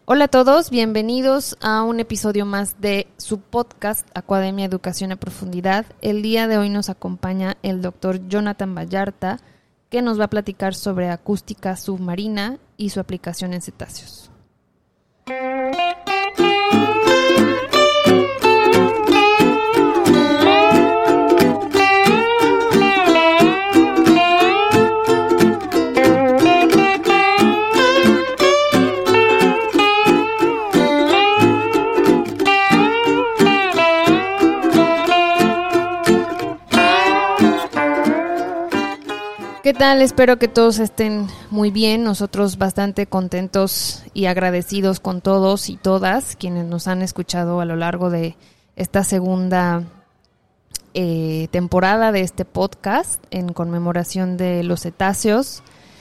Hola a todos, bienvenidos a un episodio más de su podcast Academia Educación a Profundidad. El día de hoy nos acompaña el doctor Jonathan Vallarta, que nos va a platicar sobre acústica submarina y su aplicación en cetáceos. ¿Qué tal? Espero que todos estén muy bien. Nosotros bastante contentos y agradecidos con todos y todas quienes nos han escuchado a lo largo de esta segunda temporada de este podcast en conmemoración de los cetáceos.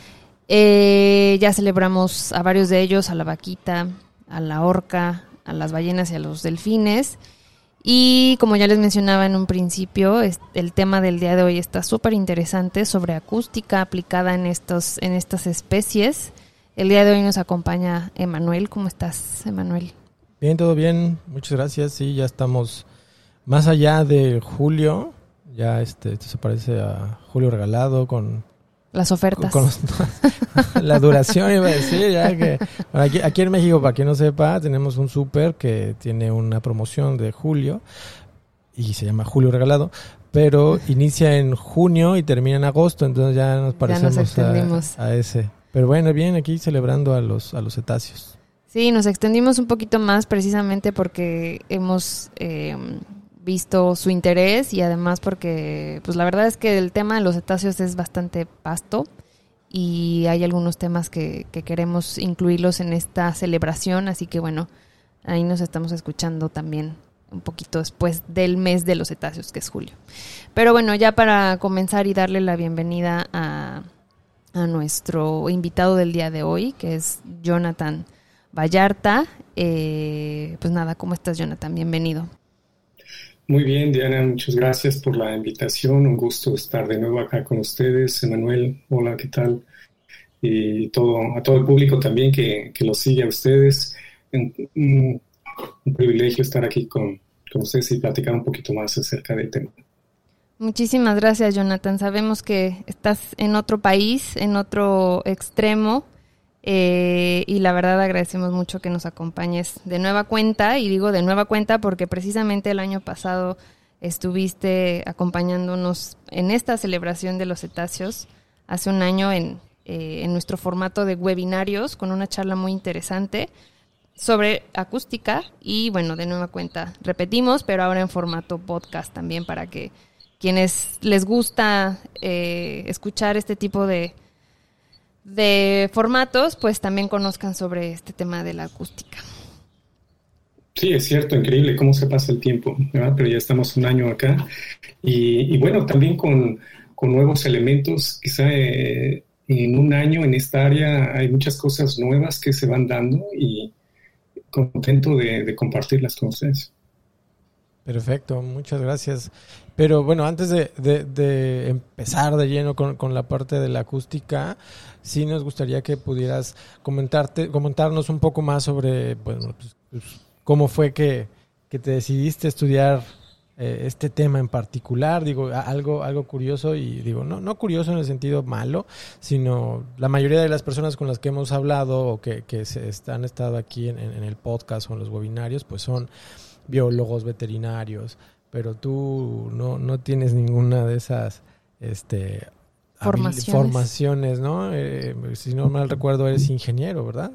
Ya celebramos a varios de ellos, a la vaquita, a la orca, a las ballenas y a los delfines. Y como ya les mencionaba en un principio, el tema del día de hoy está súper interesante sobre acústica aplicada en estas especies. El día de hoy nos acompaña Emanuel. ¿Cómo estás, Emanuel? Bien, todo bien. Muchas gracias. Sí, ya estamos más allá de julio. Ya esto se parece a Julio Regalado con las ofertas. Con la duración, iba a decir, ya que aquí en México, para quien no sepa, tenemos un súper que tiene una promoción de julio y se llama Julio Regalado, pero inicia en junio y termina en agosto, entonces ya nos parecemos a ese. Pero bueno, bien, aquí celebrando a los cetáceos. Sí, nos extendimos un poquito más precisamente porque hemos visto su interés y además porque pues la verdad es que el tema de los cetáceos es bastante vasto y hay algunos temas que queremos incluirlos en esta celebración, así que bueno, ahí nos estamos escuchando también un poquito después del mes de los cetáceos, que es julio. Pero bueno, ya para comenzar y darle la bienvenida a nuestro invitado del día de hoy, que es Jonathan Vallarta. Pues nada, ¿cómo estás, Jonathan? Bienvenido. Muy bien, Diana, muchas gracias por la invitación. Un gusto estar de nuevo acá con ustedes. Emanuel, hola, ¿qué tal? Y a todo el público también que los sigue a ustedes. Un privilegio estar aquí con ustedes y platicar un poquito más acerca del tema. Muchísimas gracias, Jonathan. Sabemos que estás en otro país, en otro extremo. Y la verdad agradecemos mucho que nos acompañes de nueva cuenta, y digo de nueva cuenta porque precisamente el año pasado estuviste acompañándonos en esta celebración de los cetáceos, hace un año en nuestro formato de webinarios con una charla muy interesante sobre acústica y bueno, de nueva cuenta repetimos, pero ahora en formato podcast también para que quienes les gusta escuchar este tipo de formatos, pues también conozcan sobre este tema de la acústica. Sí, es cierto, increíble cómo se pasa el tiempo, ¿verdad? Pero ya estamos un año acá y bueno, también con nuevos elementos, quizá en un año en esta área hay muchas cosas nuevas que se van dando y contento de compartirlas con ustedes. Perfecto, muchas gracias. Pero bueno, antes de empezar de lleno con la parte de la acústica, sí nos gustaría que pudieras comentarnos un poco más sobre bueno, pues, cómo fue que te decidiste estudiar este tema en particular. Digo, algo curioso, y digo, no curioso en el sentido malo, sino la mayoría de las personas con las que hemos hablado o que han estado aquí en el podcast o en los webinarios, pues son biólogos, veterinarios, pero tú no tienes ninguna de esas formaciones, ¿no? Si no mal recuerdo, eres ingeniero, ¿verdad?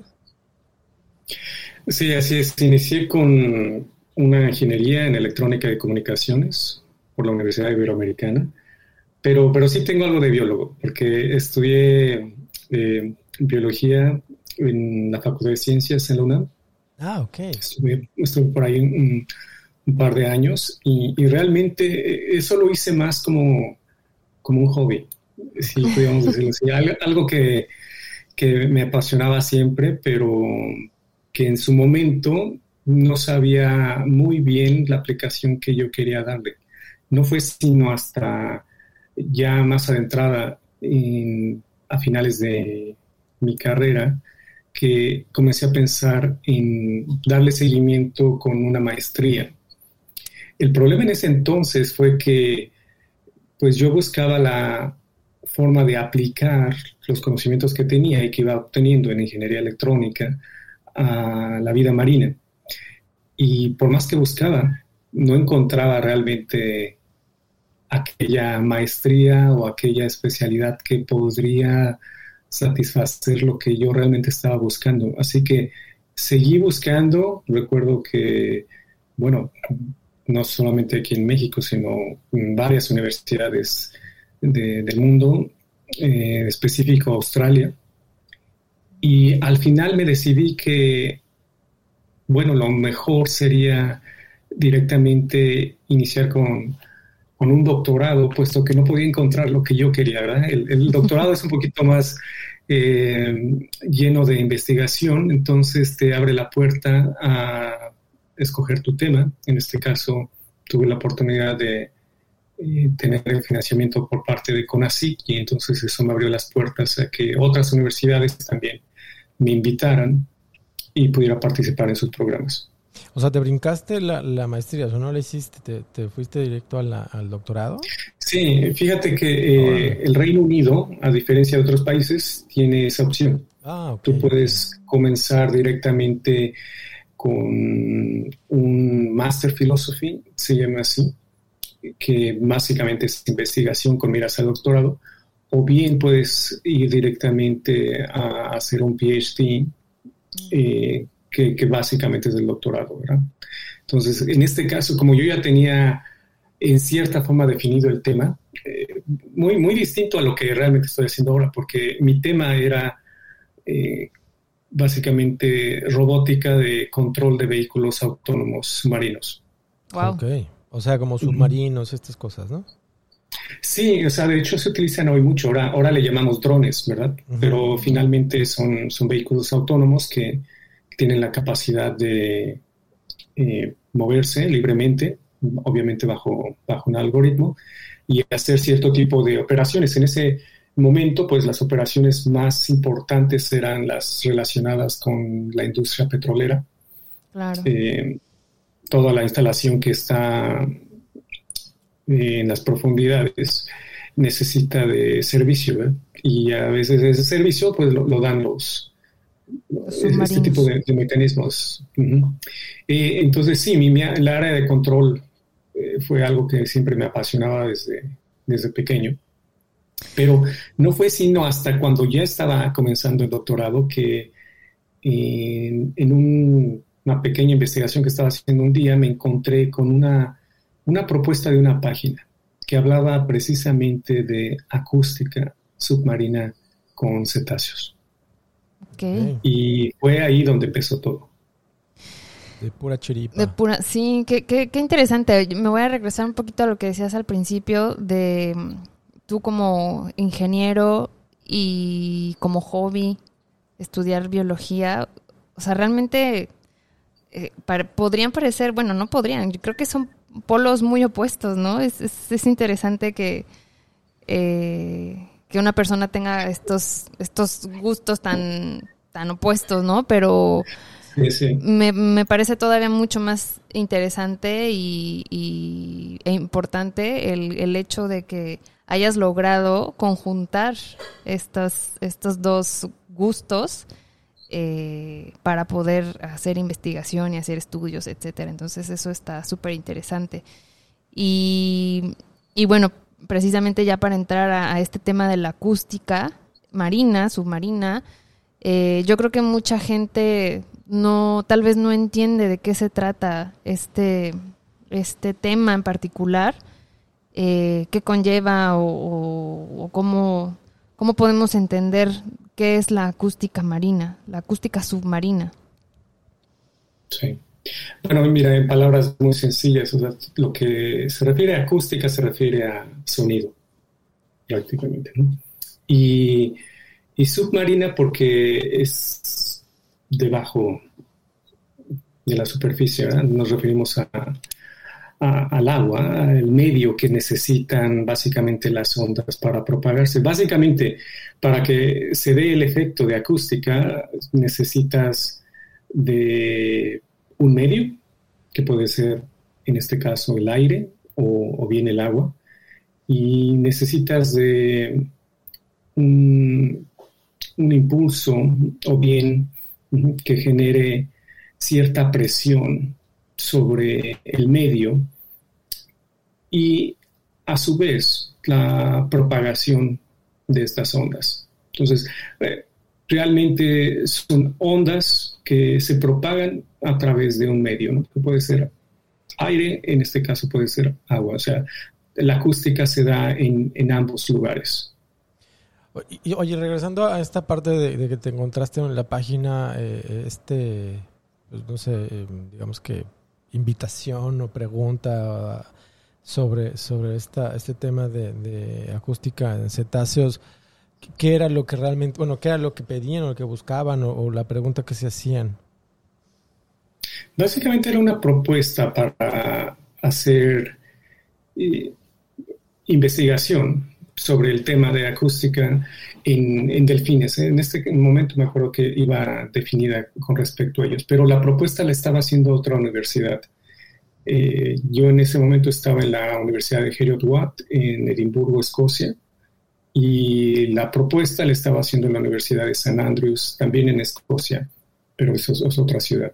Sí, así es. Inicié con una ingeniería en electrónica y comunicaciones por la Universidad Iberoamericana, pero sí tengo algo de biólogo, porque estudié biología en la Facultad de Ciencias en la UNAM. Ah, ok. Estuve por ahí un par de años y realmente eso lo hice más como un hobby, si podríamos decirlo así. Algo que me apasionaba siempre, pero que en su momento no sabía muy bien la aplicación que yo quería darle. No fue sino hasta ya más adentrada a finales de mi carrera que comencé a pensar en darle seguimiento con una maestría. El problema en ese entonces fue que pues yo buscaba la forma de aplicar los conocimientos que tenía y que iba obteniendo en ingeniería electrónica a la vida marina. Y por más que buscaba, no encontraba realmente aquella maestría o aquella especialidad que podría satisfacer lo que yo realmente estaba buscando. Así que seguí buscando. Recuerdo que, bueno, no solamente aquí en México, sino en varias universidades del mundo, específico Australia. Y al final me decidí que, bueno, lo mejor sería directamente iniciar con un doctorado, puesto que no podía encontrar lo que yo quería, ¿verdad? El doctorado es un poquito más lleno de investigación, entonces te abre la puerta a escoger tu tema. En este caso, tuve la oportunidad de tener el financiamiento por parte de CONACYT, y entonces eso me abrió las puertas a que otras universidades también me invitaran y pudiera participar en sus programas. O sea, ¿te brincaste la maestría? ¿O no la hiciste? ¿Te fuiste directo al doctorado? Sí, fíjate que el Reino Unido, a diferencia de otros países, tiene esa opción. Okay. Tú puedes comenzar directamente con un Master Philosophy, se llama así, que básicamente es investigación con miras al doctorado, o bien puedes ir directamente a hacer un PhD, que básicamente es el doctorado, ¿verdad? Entonces, en este caso, como yo ya tenía en cierta forma definido el tema, muy, muy distinto a lo que realmente estoy haciendo ahora, porque mi tema era básicamente robótica de control de vehículos autónomos marinos. Wow. Ok, o sea, como submarinos, estas cosas, ¿no? Sí, o sea, de hecho se utilizan hoy mucho. Ahora le llamamos drones, ¿verdad? Pero finalmente son vehículos autónomos que tienen la capacidad de moverse libremente, obviamente bajo un algoritmo, y hacer cierto tipo de operaciones. En ese momento, pues las operaciones más importantes eran las relacionadas con la industria petrolera. Claro. Toda la instalación que está en las profundidades necesita de servicio, ¿eh? Y a veces ese servicio pues lo dan este tipo de mecanismos. Entonces sí, la área de control fue algo que siempre me apasionaba desde pequeño, pero no fue sino hasta cuando ya estaba comenzando el doctorado que en una pequeña investigación que estaba haciendo un día me encontré con una propuesta de una página que hablaba precisamente de acústica submarina con cetáceos. Okay. Y fue ahí donde empezó todo. De pura chiripa. Sí, qué interesante. Me voy a regresar un poquito a lo que decías al principio de tú como ingeniero y como hobby estudiar biología. O sea, realmente podrían parecer, bueno, no podrían, yo creo que son polos muy opuestos, ¿no? Es interesante que una persona tenga estos gustos tan opuestos, ¿no? Pero sí. Me parece todavía mucho más interesante e importante el hecho de que hayas logrado conjuntar estos dos gustos para poder hacer investigación y hacer estudios, etcétera. Entonces eso está súper interesante. Y bueno, precisamente ya para entrar a este tema de la acústica marina, submarina, yo creo que mucha gente tal vez no entiende de qué se trata este tema en particular, qué conlleva o cómo podemos entender qué es la acústica marina, la acústica submarina. Sí. Bueno, mira, en palabras muy sencillas, o sea, lo que se refiere a acústica se refiere a sonido, prácticamente, ¿no? Y submarina porque es debajo de la superficie, ¿verdad? Nos referimos al agua, al medio que necesitan básicamente las ondas para propagarse. Básicamente, para que se dé el efecto de acústica, necesitas de un medio, que puede ser en este caso el aire o bien el agua, y necesitas de un impulso o bien que genere cierta presión sobre el medio y a su vez la propagación de estas ondas. Entonces, realmente son ondas que se propagan a través de un medio, ¿no? Que puede ser aire, en este caso puede ser agua. O sea, la acústica se da en ambos lugares. Y, oye, regresando a esta parte de que te encontraste en la página, pues no sé, digamos que invitación o pregunta sobre este tema de acústica en cetáceos, ¿qué era lo que realmente, bueno, qué era lo que pedían o lo que buscaban o la pregunta que se hacían? Básicamente era una propuesta para hacer investigación sobre el tema de acústica en delfines. En este momento me acuerdo que iba definida con respecto a ellos, pero la propuesta la estaba haciendo otra universidad. Yo en ese momento estaba en la Universidad de Heriot-Watt en Edimburgo, Escocia, y la propuesta la estaba haciendo en la Universidad de St. Andrews, también en Escocia, pero eso es otra ciudad.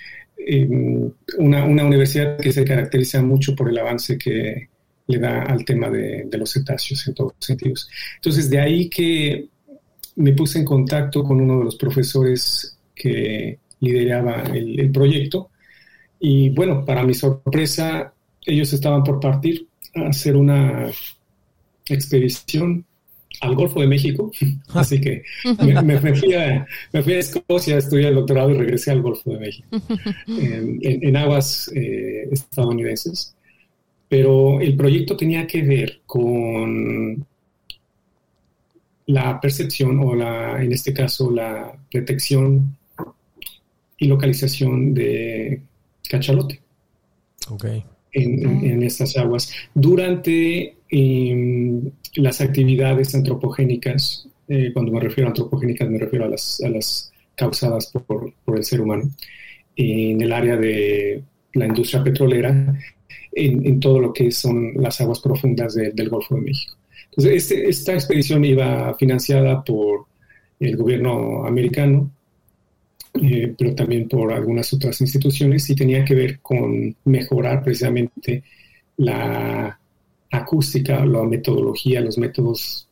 Una universidad que se caracteriza mucho por el avance que le da al tema de los cetáceos en todos los sentidos. Entonces, de ahí que me puse en contacto con uno de los profesores que lideraba el proyecto. Y bueno, para mi sorpresa, ellos estaban por partir a hacer una expedición al Golfo de México. Así que me fui a Escocia a estudiar el doctorado y regresé al Golfo de México, en aguas estadounidenses. Pero el proyecto tenía que ver con la percepción o en este caso, la detección y localización de cachalote. Okay. En estas aguas durante las actividades antropogénicas. Cuando me refiero a antropogénicas me refiero a las causadas por el ser humano en el área de la industria petrolera, en todo lo que son las aguas profundas del Golfo de México. Entonces, esta expedición iba financiada por el gobierno americano, pero también por algunas otras instituciones, y tenía que ver con mejorar precisamente la acústica, la metodología, los métodos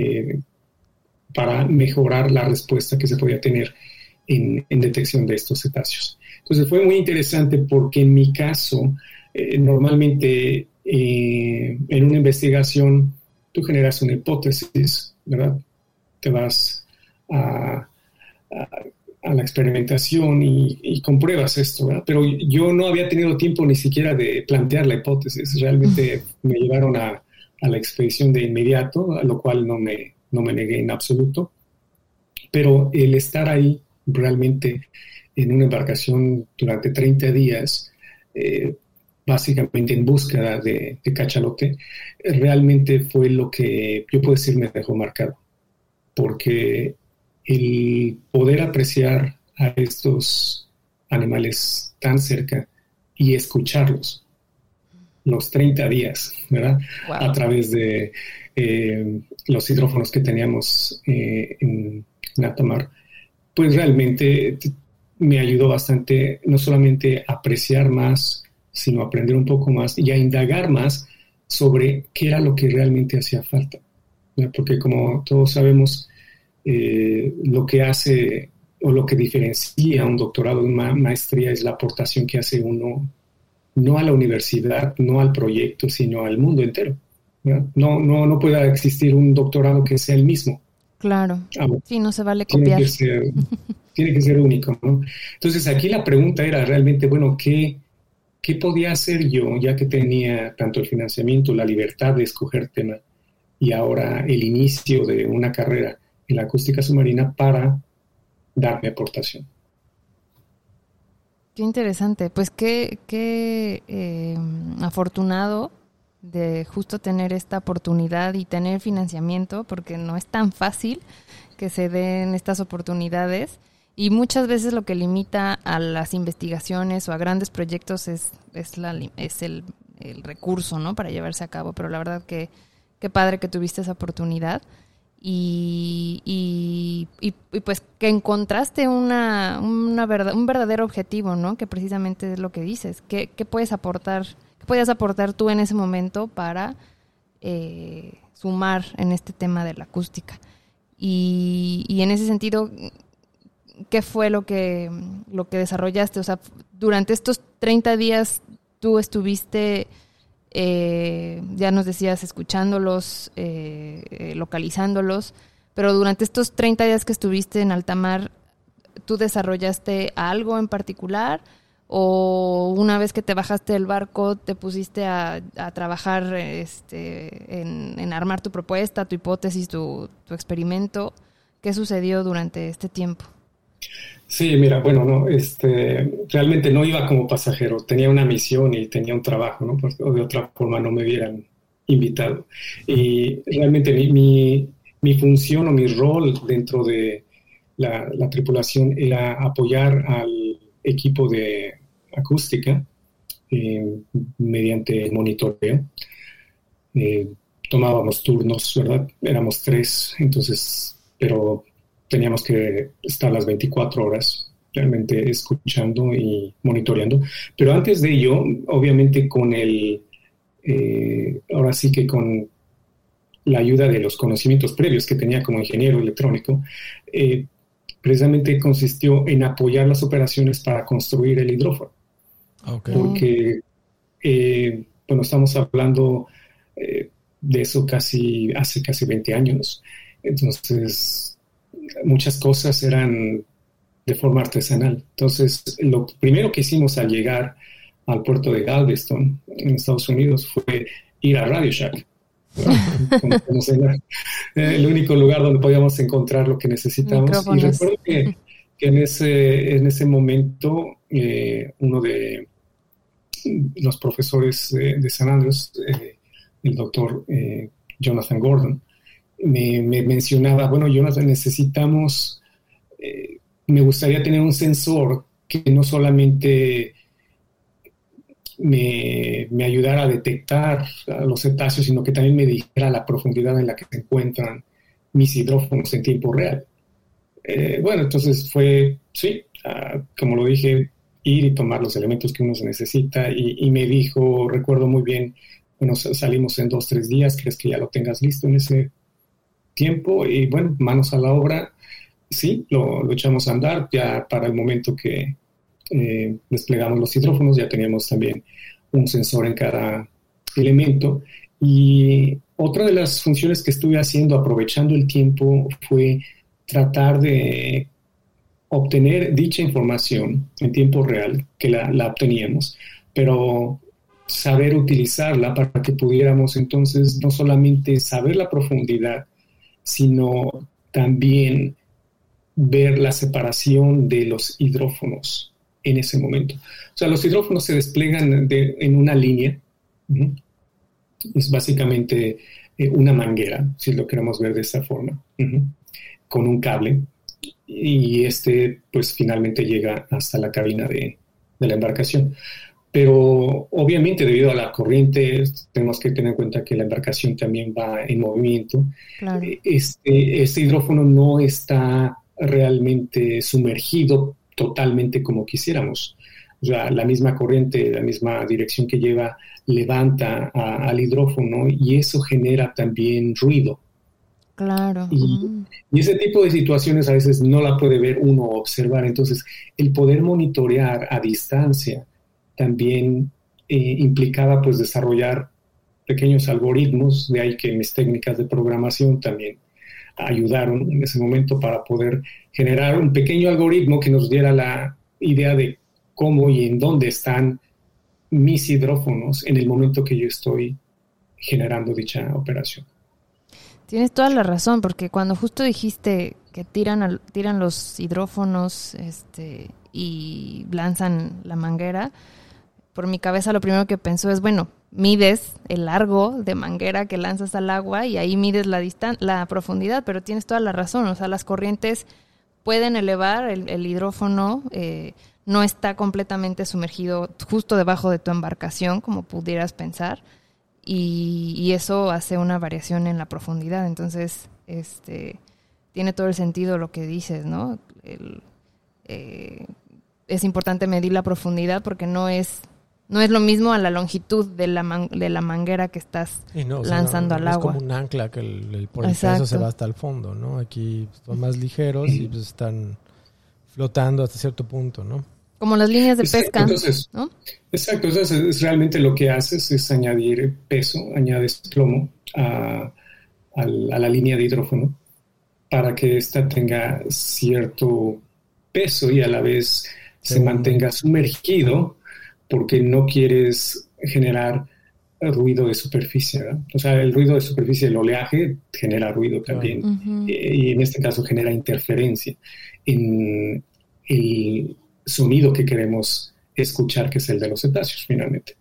para mejorar la respuesta que se podía tener en detección de estos cetáceos. Entonces fue muy interesante porque en mi caso, normalmente en una investigación tú generas una hipótesis, ¿verdad? Te vas a la experimentación y compruebas esto, ¿verdad? Pero yo no había tenido tiempo ni siquiera de plantear la hipótesis. Realmente me llevaron a la expedición de inmediato, a lo cual no me negué en absoluto. Pero el estar ahí realmente en una embarcación durante 30 días, básicamente en búsqueda de cachalote, realmente fue lo que yo puedo decir me dejó marcado. Porque el poder apreciar a estos animales tan cerca y escucharlos los 30 días, ¿verdad? Wow. A través de los hidrófonos que teníamos en alta mar, pues realmente me ayudó bastante, no solamente a apreciar más, sino a aprender un poco más y a indagar más sobre qué era lo que realmente hacía falta, ¿verdad? Porque como todos sabemos, lo que hace o lo que diferencia un doctorado de una maestría es la aportación que hace uno, no a la universidad, no al proyecto, sino al mundo entero, ¿verdad? No puede existir un doctorado que sea el mismo. Claro, sí, no se vale copiar. Tiene que ser único, ¿no? Entonces aquí la pregunta era realmente, bueno, ¿qué podía hacer yo, ya que tenía tanto el financiamiento, la libertad de escoger tema y ahora el inicio de una carrera en la acústica submarina para dar mi aportación? Qué interesante. Pues qué afortunado de justo tener esta oportunidad y tener financiamiento, porque no es tan fácil que se den estas oportunidades. Y muchas veces lo que limita a las investigaciones o a grandes proyectos es el recurso, ¿no? Para llevarse a cabo. Pero la verdad que qué padre que tuviste esa oportunidad. Y pues que encontraste un verdadero objetivo, ¿no? Que precisamente es lo que dices. ¿Qué puedes aportar? ¿Qué podías aportar tú en ese momento para sumar en este tema de la acústica? Y en ese sentido, ¿qué fue lo que desarrollaste? O sea, durante estos 30 días tú estuviste, ya nos decías, escuchándolos, localizándolos, pero durante estos 30 días que estuviste en alta mar, ¿tú desarrollaste algo en particular? ¿O una vez que te bajaste del barco te pusiste a trabajar en armar tu propuesta, tu hipótesis, tu experimento? ¿Qué sucedió durante este tiempo? Sí, mira, bueno, no, realmente no iba como pasajero, tenía una misión y tenía un trabajo, ¿no? Porque de otra forma no me hubieran invitado. Y realmente mi función o mi rol dentro de la tripulación era apoyar al equipo de acústica mediante monitoreo. Tomábamos turnos, ¿verdad? Éramos 3, entonces, pero teníamos que estar las 24 horas realmente escuchando y monitoreando. Pero antes de ello, obviamente ahora sí que con la ayuda de los conocimientos previos que tenía como ingeniero electrónico, precisamente consistió en apoyar las operaciones para construir el hidrófono. Okay. Porque, bueno, estamos hablando de eso hace casi 20 años. Entonces, muchas cosas eran de forma artesanal. Entonces, lo primero que hicimos al llegar al puerto de Galveston, en Estados Unidos, fue ir a Radio Shack. El único lugar donde podíamos encontrar lo que necesitamos. Y recuerdo que en ese momento uno de los profesores de San Andrews, el doctor Jonathan Gordon, me mencionaba, bueno, Jonathan, necesitamos, me gustaría tener un sensor que no solamente me ayudara a detectar a los cetáceos, sino que también me dijera la profundidad en la que se encuentran mis hidrófonos en tiempo real. Bueno, entonces fue, sí, como lo dije, ir y tomar los elementos que uno se necesita y me dijo, recuerdo muy bien, bueno, salimos en 2-3 días, ¿crees que ya lo tengas listo en ese tiempo? Y bueno, manos a la obra, sí, lo echamos a andar. Ya para el momento que desplegamos los hidrófonos, ya teníamos también un sensor en cada elemento. Y otra de las funciones que estuve haciendo, aprovechando el tiempo, fue tratar de obtener dicha información en tiempo real, que la obteníamos, pero saber utilizarla para que pudiéramos entonces no solamente saber la profundidad, sino también ver la separación de los hidrófonos en ese momento. O sea, los hidrófonos se desplegan en una línea. Uh-huh. Es básicamente una manguera, si lo queremos ver de esta forma, uh-huh, con un cable. Y pues finalmente llega hasta la cabina de la embarcación. Pero obviamente debido a la corriente tenemos que tener en cuenta que la embarcación también va en movimiento. Claro. Este hidrófono no está realmente sumergido totalmente como quisiéramos. O sea, la misma corriente, la misma dirección que lleva levanta al hidrófono y eso genera también ruido. Claro. Y ese tipo de situaciones a veces no la puede ver uno o observar. Entonces, el poder monitorear a distancia también implicaba pues desarrollar pequeños algoritmos, de ahí que mis técnicas de programación también ayudaron en ese momento para poder generar un pequeño algoritmo que nos diera la idea de cómo y en dónde están mis hidrófonos en el momento que yo estoy generando dicha operación. Tienes toda la razón, porque cuando justo dijiste que tiran los hidrófonos y lanzan la manguera, por mi cabeza lo primero que pensó es, bueno, mides el largo de manguera que lanzas al agua y ahí mides la profundidad, pero tienes toda la razón, o sea, las corrientes pueden elevar el hidrófono, no está completamente sumergido justo debajo de tu embarcación, como pudieras pensar, y eso hace una variación en la profundidad. Entonces, tiene todo el sentido lo que dices, ¿no? Es importante medir la profundidad porque no es lo mismo a la longitud de la manguera que estás lanzando al agua. Es como un ancla que por el peso se va hasta el fondo, ¿no? Aquí son más ligeros y pues están flotando hasta cierto punto, ¿no? Como las líneas de pesca, entonces, ¿no? Exacto, entonces es realmente lo que haces es añadir peso, añades plomo a la línea de hidrófono para que ésta tenga cierto peso y a la vez se mantenga sumergido, porque no quieres generar ruido de superficie, ¿verdad? O sea, el ruido de superficie del oleaje genera ruido también, y en este caso genera interferencia en el sonido que queremos escuchar, que es el de los cetáceos, finalmente.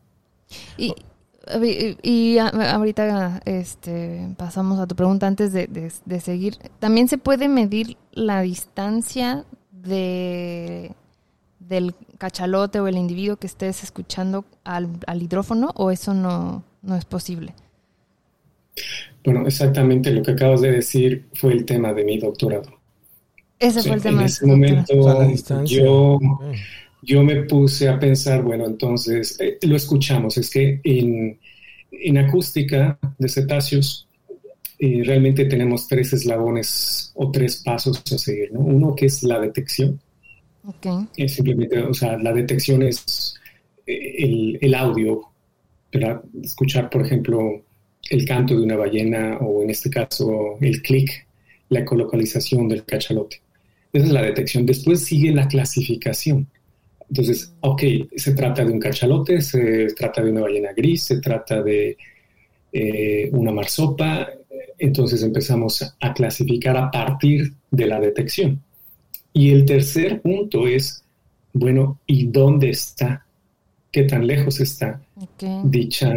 Y ahorita pasamos a tu pregunta antes de seguir. ¿También se puede medir la distancia del cachalote o el individuo que estés escuchando al hidrófono, o eso no es posible? Bueno, exactamente lo que acabas de decir fue el tema de mi doctorado. Ese fue el tema. En ese momento, o sea, la distancia. Yo me puse a pensar, bueno, entonces, lo escuchamos, es que en acústica de cetáceos realmente tenemos 3 eslabones o 3 pasos a seguir, ¿no? Uno que es la detección. Okay. Es simplemente, o sea, la detección es el audio, para escuchar, por ejemplo, el canto de una ballena o en este caso el clic, la ecolocalización del cachalote. Esa es la detección. Después sigue la clasificación. Entonces, ok, se trata de un cachalote, se trata de una ballena gris, se trata de una marsopa. Entonces empezamos a clasificar a partir de la detección. Y el tercer punto es, bueno, ¿y dónde está? ¿Qué tan lejos está dicho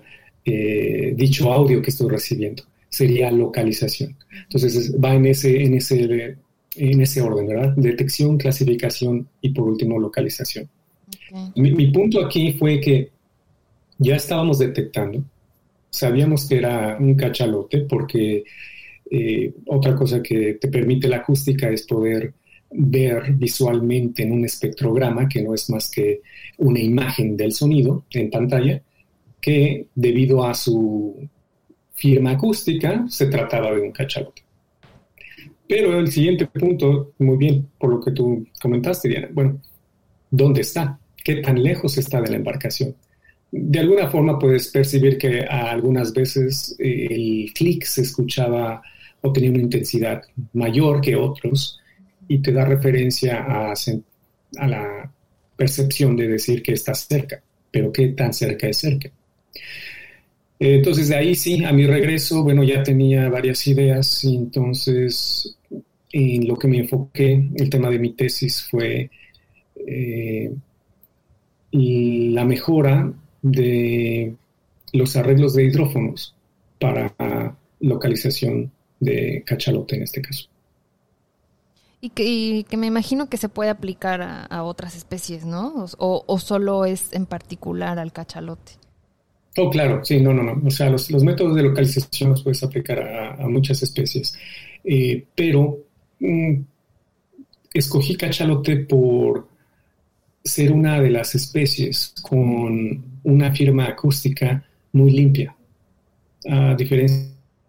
audio que estoy recibiendo? Sería localización. Entonces va en ese orden, ¿verdad? Detección, clasificación y por último localización. Mi punto aquí fue que ya estábamos detectando, sabíamos que era un cachalote porque otra cosa que te permite la acústica es poder ver visualmente en un espectrograma, que no es más que una imagen del sonido en pantalla, que debido a su firma acústica se trataba de un cachalote. Pero el siguiente punto, muy bien, por lo que tú comentaste, Diana, bueno, ¿dónde está? ¿Qué tan lejos está de la embarcación? De alguna forma puedes percibir que algunas veces el clic se escuchaba o tenía una intensidad mayor que otros, y te da referencia a la percepción de decir que está cerca, pero ¿qué tan cerca es cerca? Entonces de ahí sí, a mi regreso, bueno, ya tenía varias ideas, y entonces en lo que me enfoqué, el tema de mi tesis fue la mejora de los arreglos de hidrófonos para localización de cachalote en este caso. Y que me imagino que se puede aplicar a otras especies, ¿no? O solo es en particular al cachalote. Oh, claro, sí, no. O sea, los métodos de localización los puedes aplicar a muchas especies. Pero escogí cachalote por ser una de las especies con una firma acústica muy limpia. A diferencia...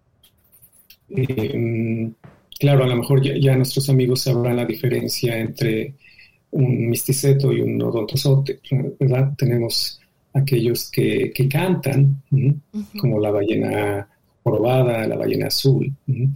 Claro, a lo mejor ya nuestros amigos sabrán la diferencia entre un misticeto y un odontozote, ¿verdad? Tenemos aquellos que cantan, como la ballena jorobada, la ballena azul,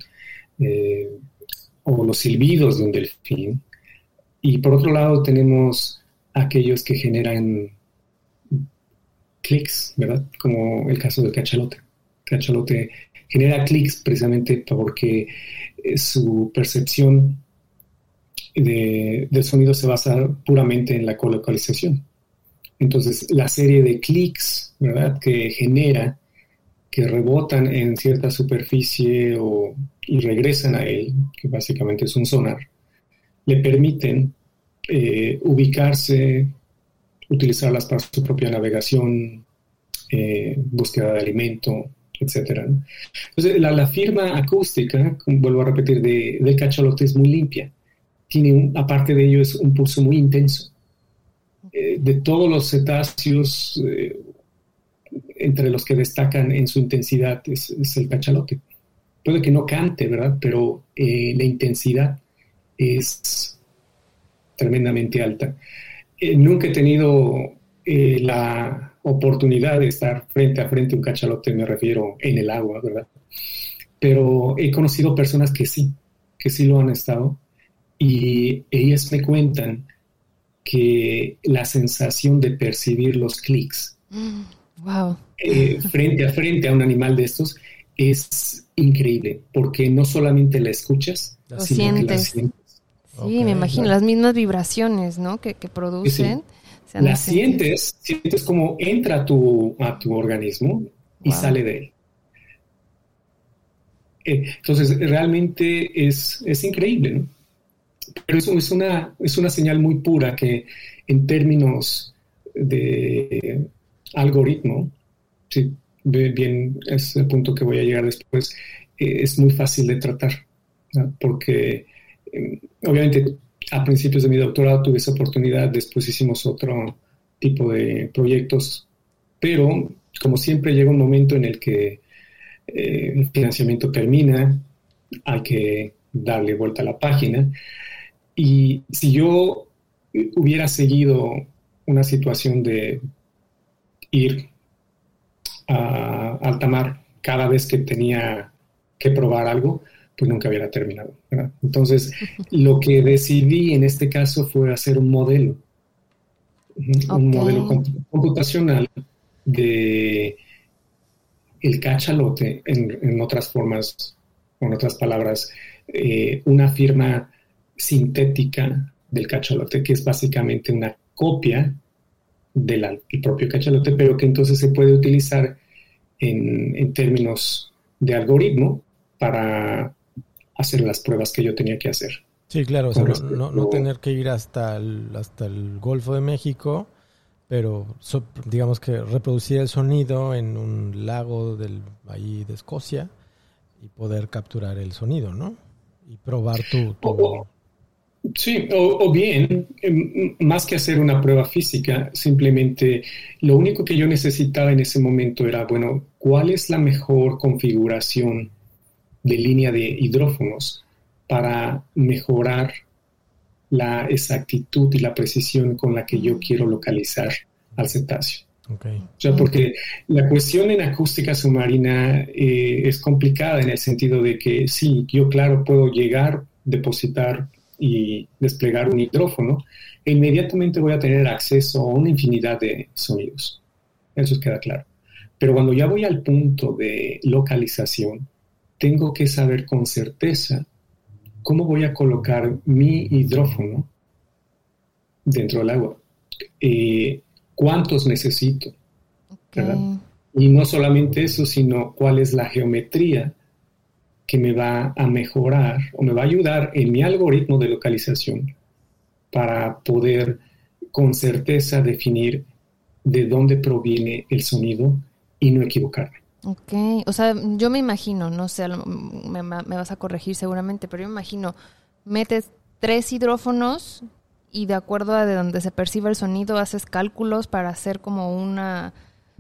o los silbidos de un delfín. Y por otro lado tenemos aquellos que generan clics, ¿verdad? Como el caso del cachalote. Cachalote genera clics precisamente porque su percepción del sonido se basa puramente en la colocalización. Entonces, la serie de clics, ¿verdad?, que genera, que rebotan en cierta superficie y regresan a él, que básicamente es un sonar, le permiten ubicarse, utilizarlas para su propia navegación, búsqueda de alimento, etcétera, ¿no? Entonces, la firma acústica, vuelvo a repetir, del cachalote es muy limpia. Tiene, aparte de ello, es un pulso muy intenso. De todos los cetáceos, entre los que destacan en su intensidad es el cachalote. Puede que no cante, ¿verdad? Pero la intensidad es tremendamente alta. Nunca he tenido la oportunidad de estar frente a frente a un cachalote, me refiero en el agua, ¿verdad? Pero he conocido personas que sí lo han estado, y ellas me cuentan que la sensación de percibir los clics frente a frente a un animal de estos es increíble, porque no solamente la escuchas, lo sino sientes. que la sientes. Sí, okay, me imagino, las mismas vibraciones, ¿no?, que producen. Sí. La sientes como entra a tu organismo y sale de él. Entonces, realmente es increíble, ¿no? Pero eso es una señal muy pura que, en términos de algoritmo, sí, bien, es el punto que voy a llegar después, es muy fácil de tratar, ¿no? Porque obviamente a principios de mi doctorado tuve esa oportunidad, después hicimos otro tipo de proyectos, pero como siempre llega un momento en el que el financiamiento termina, hay que darle vuelta a la página, y si yo hubiera seguido una situación de ir a alta mar cada vez que tenía que probar algo, pues nunca hubiera terminado, ¿verdad? Entonces, lo que decidí en este caso fue hacer un modelo, un modelo computacional de el cachalote, en otras formas, en otras palabras, una firma sintética del cachalote, que es básicamente una copia del propio cachalote, pero que entonces se puede utilizar en términos de algoritmo para hacer las pruebas que yo tenía que hacer. Sí, claro, o sea, no tener que ir hasta el Golfo de México, pero digamos que reproducir el sonido en un lago ahí de Escocia y poder capturar el sonido, ¿no? Y probar Sí, o bien, más que hacer una prueba física, simplemente lo único que yo necesitaba en ese momento era, bueno, ¿cuál es la mejor configuración de línea de hidrófonos para mejorar la exactitud y la precisión con la que yo quiero localizar al cetáceo? Okay. O sea, porque la cuestión en acústica submarina es complicada en el sentido de que sí, yo claro puedo llegar, depositar y desplegar un hidrófono e inmediatamente voy a tener acceso a una infinidad de sonidos. Eso queda claro. Pero cuando ya voy al punto de localización, tengo que saber con certeza cómo voy a colocar mi hidrófono dentro del agua. ¿Cuántos necesito? ¿Verdad? Y no solamente eso, sino cuál es la geometría que me va a mejorar o me va a ayudar en mi algoritmo de localización para poder con certeza definir de dónde proviene el sonido y no equivocarme. Ok, o sea, yo me imagino, no sé, me vas a corregir seguramente, pero yo me imagino, metes 3 hidrófonos y de acuerdo a de donde se perciba el sonido haces cálculos para hacer como una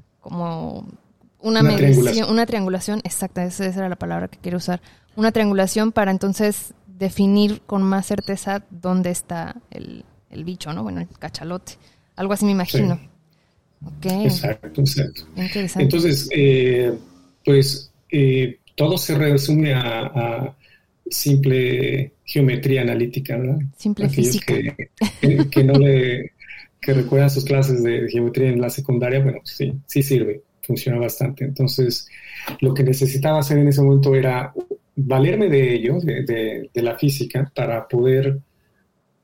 medición, una triangulación, exacta, esa era la palabra que quiero usar, una triangulación para entonces definir con más certeza dónde está el bicho, ¿no? Bueno, el cachalote, algo así me imagino. Sí. Okay. Exacto. Interesante. Entonces, todo se resume a simple geometría analítica, ¿verdad? Simple Aquellos física. que recuerdan sus clases de geometría en la secundaria, bueno, sí sirve, funciona bastante. Entonces, lo que necesitaba hacer en ese momento era valerme de ello, de la física, para poder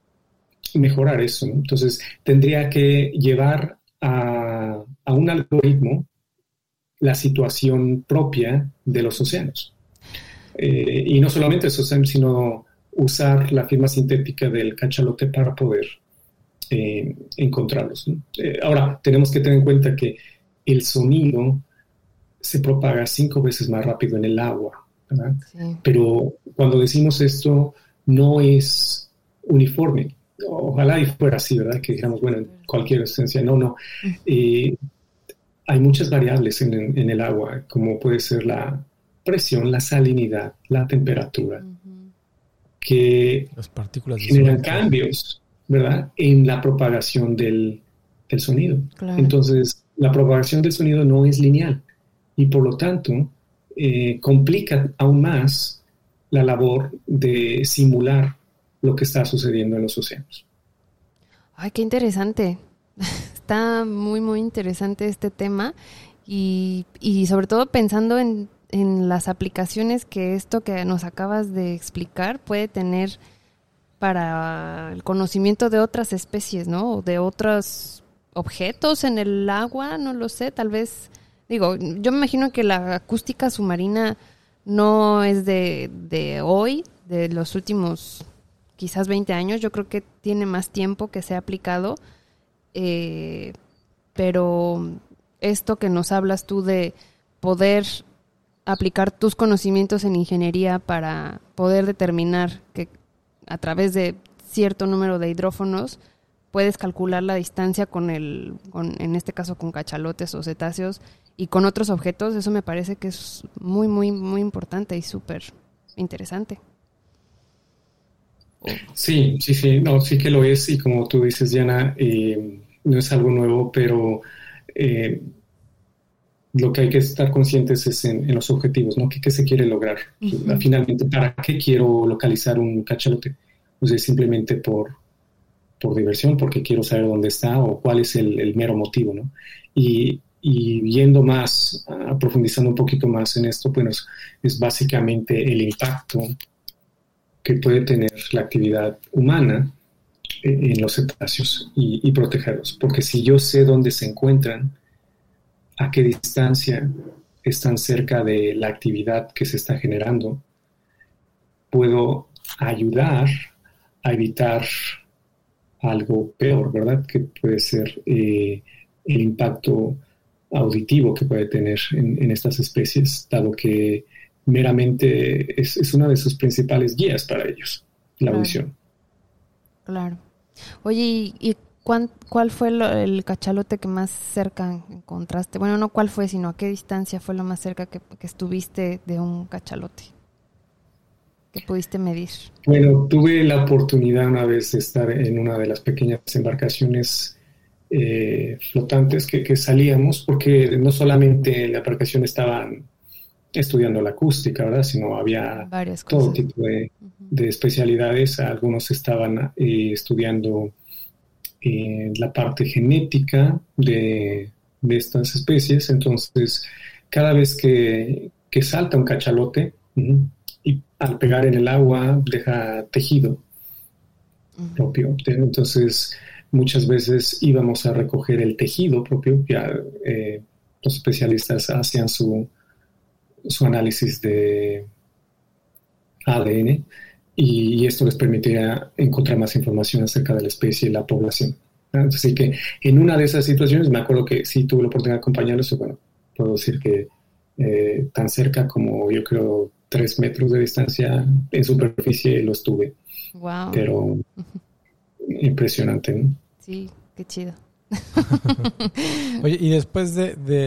mejorar eso, ¿no? Entonces, tendría que llevar a un algoritmo la situación propia de los océanos. Y no solamente los océanos, sino usar la firma sintética del cachalote para poder encontrarlos, ¿no? Ahora, tenemos que tener en cuenta que el sonido se propaga 5 veces más rápido en el agua, ¿verdad? Sí. Pero cuando decimos esto, no es uniforme. Ojalá y fuera así, ¿verdad? Que digamos, bueno, en cualquier esencia, no. Hay muchas variables en el agua, como puede ser la presión, la salinidad, la temperatura, que las partículas generan cambios, ¿verdad? En la propagación del sonido. Claro. Entonces, la propagación del sonido no es lineal y por lo tanto complica aún más la labor de simular lo que está sucediendo en los océanos. Ay, qué interesante. Está muy, muy interesante este tema y sobre todo pensando en las aplicaciones que esto que nos acabas de explicar puede tener para el conocimiento de otras especies, ¿no? O de otros objetos en el agua, no lo sé, tal vez, digo, yo me imagino que la acústica submarina no es de hoy, de los últimos quizás 20 años, yo creo que tiene más tiempo que se ha aplicado, pero esto que nos hablas tú de poder aplicar tus conocimientos en ingeniería para poder determinar que a través de cierto número de hidrófonos puedes calcular la distancia en este caso con cachalotes o cetáceos y con otros objetos, eso me parece que es muy, muy, muy importante y súper interesante. Sí, no, sí que lo es y como tú dices, Diana, no es algo nuevo, pero lo que hay que estar conscientes es en los objetivos, ¿no? ¿Qué se quiere lograr? Uh-huh. Finalmente, ¿para qué quiero localizar un cachalote? Pues es simplemente por diversión, porque quiero saber dónde está o cuál es el mero motivo, ¿no? Y yendo más, profundizando un poquito más en esto, pues es básicamente el impacto que puede tener la actividad humana en los cetáceos y protegerlos. Porque si yo sé dónde se encuentran, a qué distancia están cerca de la actividad que se está generando, puedo ayudar a evitar algo peor, ¿verdad? Que puede ser el impacto auditivo que puede tener en estas especies, dado que meramente es una de sus principales guías para ellos, la audición. Claro. Oye, ¿y cuál fue el cachalote que más cerca encontraste? Bueno, no cuál fue, sino a qué distancia fue lo más cerca que estuviste de un cachalote que pudiste medir. Bueno, tuve la oportunidad una vez de estar en una de las pequeñas embarcaciones flotantes que salíamos, porque no solamente en la embarcación estaban estudiando la acústica, ¿verdad? Sino había todo tipo de especialidades. Algunos estaban estudiando la parte genética de estas especies. Entonces, cada vez que salta un cachalote, y al pegar en el agua deja tejido propio. Entonces, muchas veces íbamos a recoger el tejido propio. Ya los especialistas hacían su análisis de ADN y esto les permitía encontrar más información acerca de la especie y la población. Así que en una de esas situaciones me acuerdo que sí tuve la oportunidad de acompañarlos y bueno, puedo decir que tan cerca como yo creo 3 metros de distancia en superficie los tuve. Wow. Pero impresionante, ¿no? Sí, qué chido. Oye, y después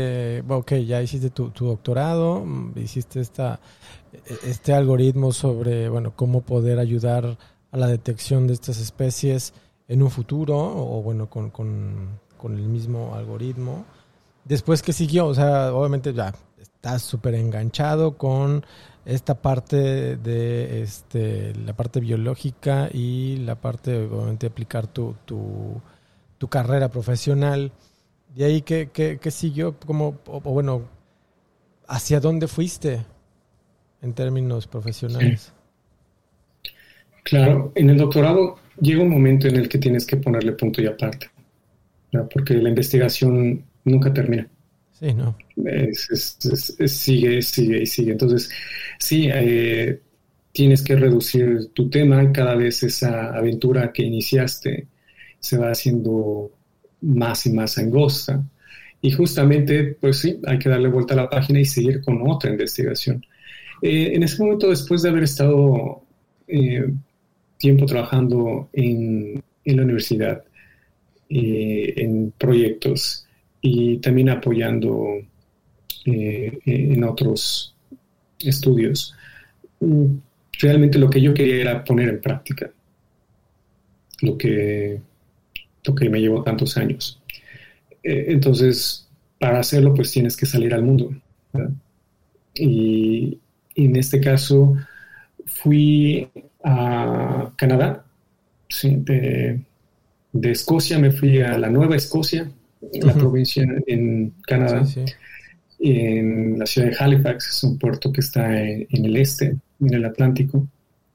ya hiciste tu doctorado, hiciste este algoritmo sobre, bueno, cómo poder ayudar a la detección de estas especies en un futuro, o bueno, con el mismo algoritmo. Después, ¿qué siguió? O sea, obviamente ya estás súper enganchado con esta parte de la parte biológica y la parte, obviamente, de aplicar tu carrera profesional. ¿De ahí qué siguió? Bueno, ¿hacia dónde fuiste en términos profesionales? Claro, en el doctorado llega un momento en el que tienes que ponerle punto y aparte, ¿no? Porque la investigación nunca termina. Sí, ¿no? Sigue, sigue y sigue. Entonces, sí, tienes que reducir tu tema. Cada vez esa aventura que iniciaste se va haciendo más y más angosta. Y justamente, pues sí, hay que darle vuelta a la página y seguir con otra investigación. En ese momento, después de haber estado tiempo trabajando en la universidad, en proyectos y también apoyando en otros estudios, realmente lo que yo quería era poner en práctica lo que me llevó tantos años. Entonces, para hacerlo, pues tienes que salir al mundo, ¿verdad? Y en este caso fui a Canadá, sí, de Escocia me fui a la Nueva Escocia, la provincia en Canadá, Sí. en la ciudad de Halifax, es un puerto que está en el este, en el Atlántico,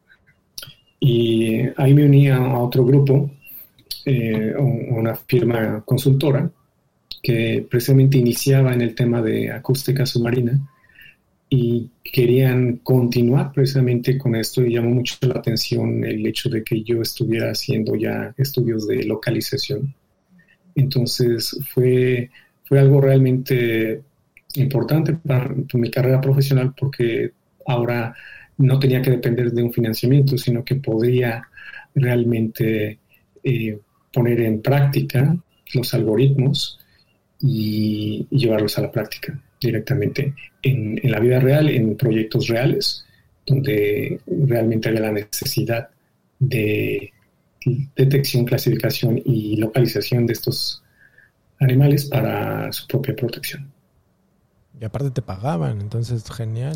y ahí me uní a otro grupo, una firma consultora que precisamente iniciaba en el tema de acústica submarina y querían continuar precisamente con esto, y llamó mucho la atención el hecho de que yo estuviera haciendo ya estudios de localización. Entonces fue algo realmente importante para mi carrera profesional, porque ahora no tenía que depender de un financiamiento, sino que podía realmente poner en práctica los algoritmos y llevarlos a la práctica directamente en la vida real, en proyectos reales, donde realmente había la necesidad de detección, clasificación y localización de estos animales para su propia protección. Y aparte te pagaban, entonces genial.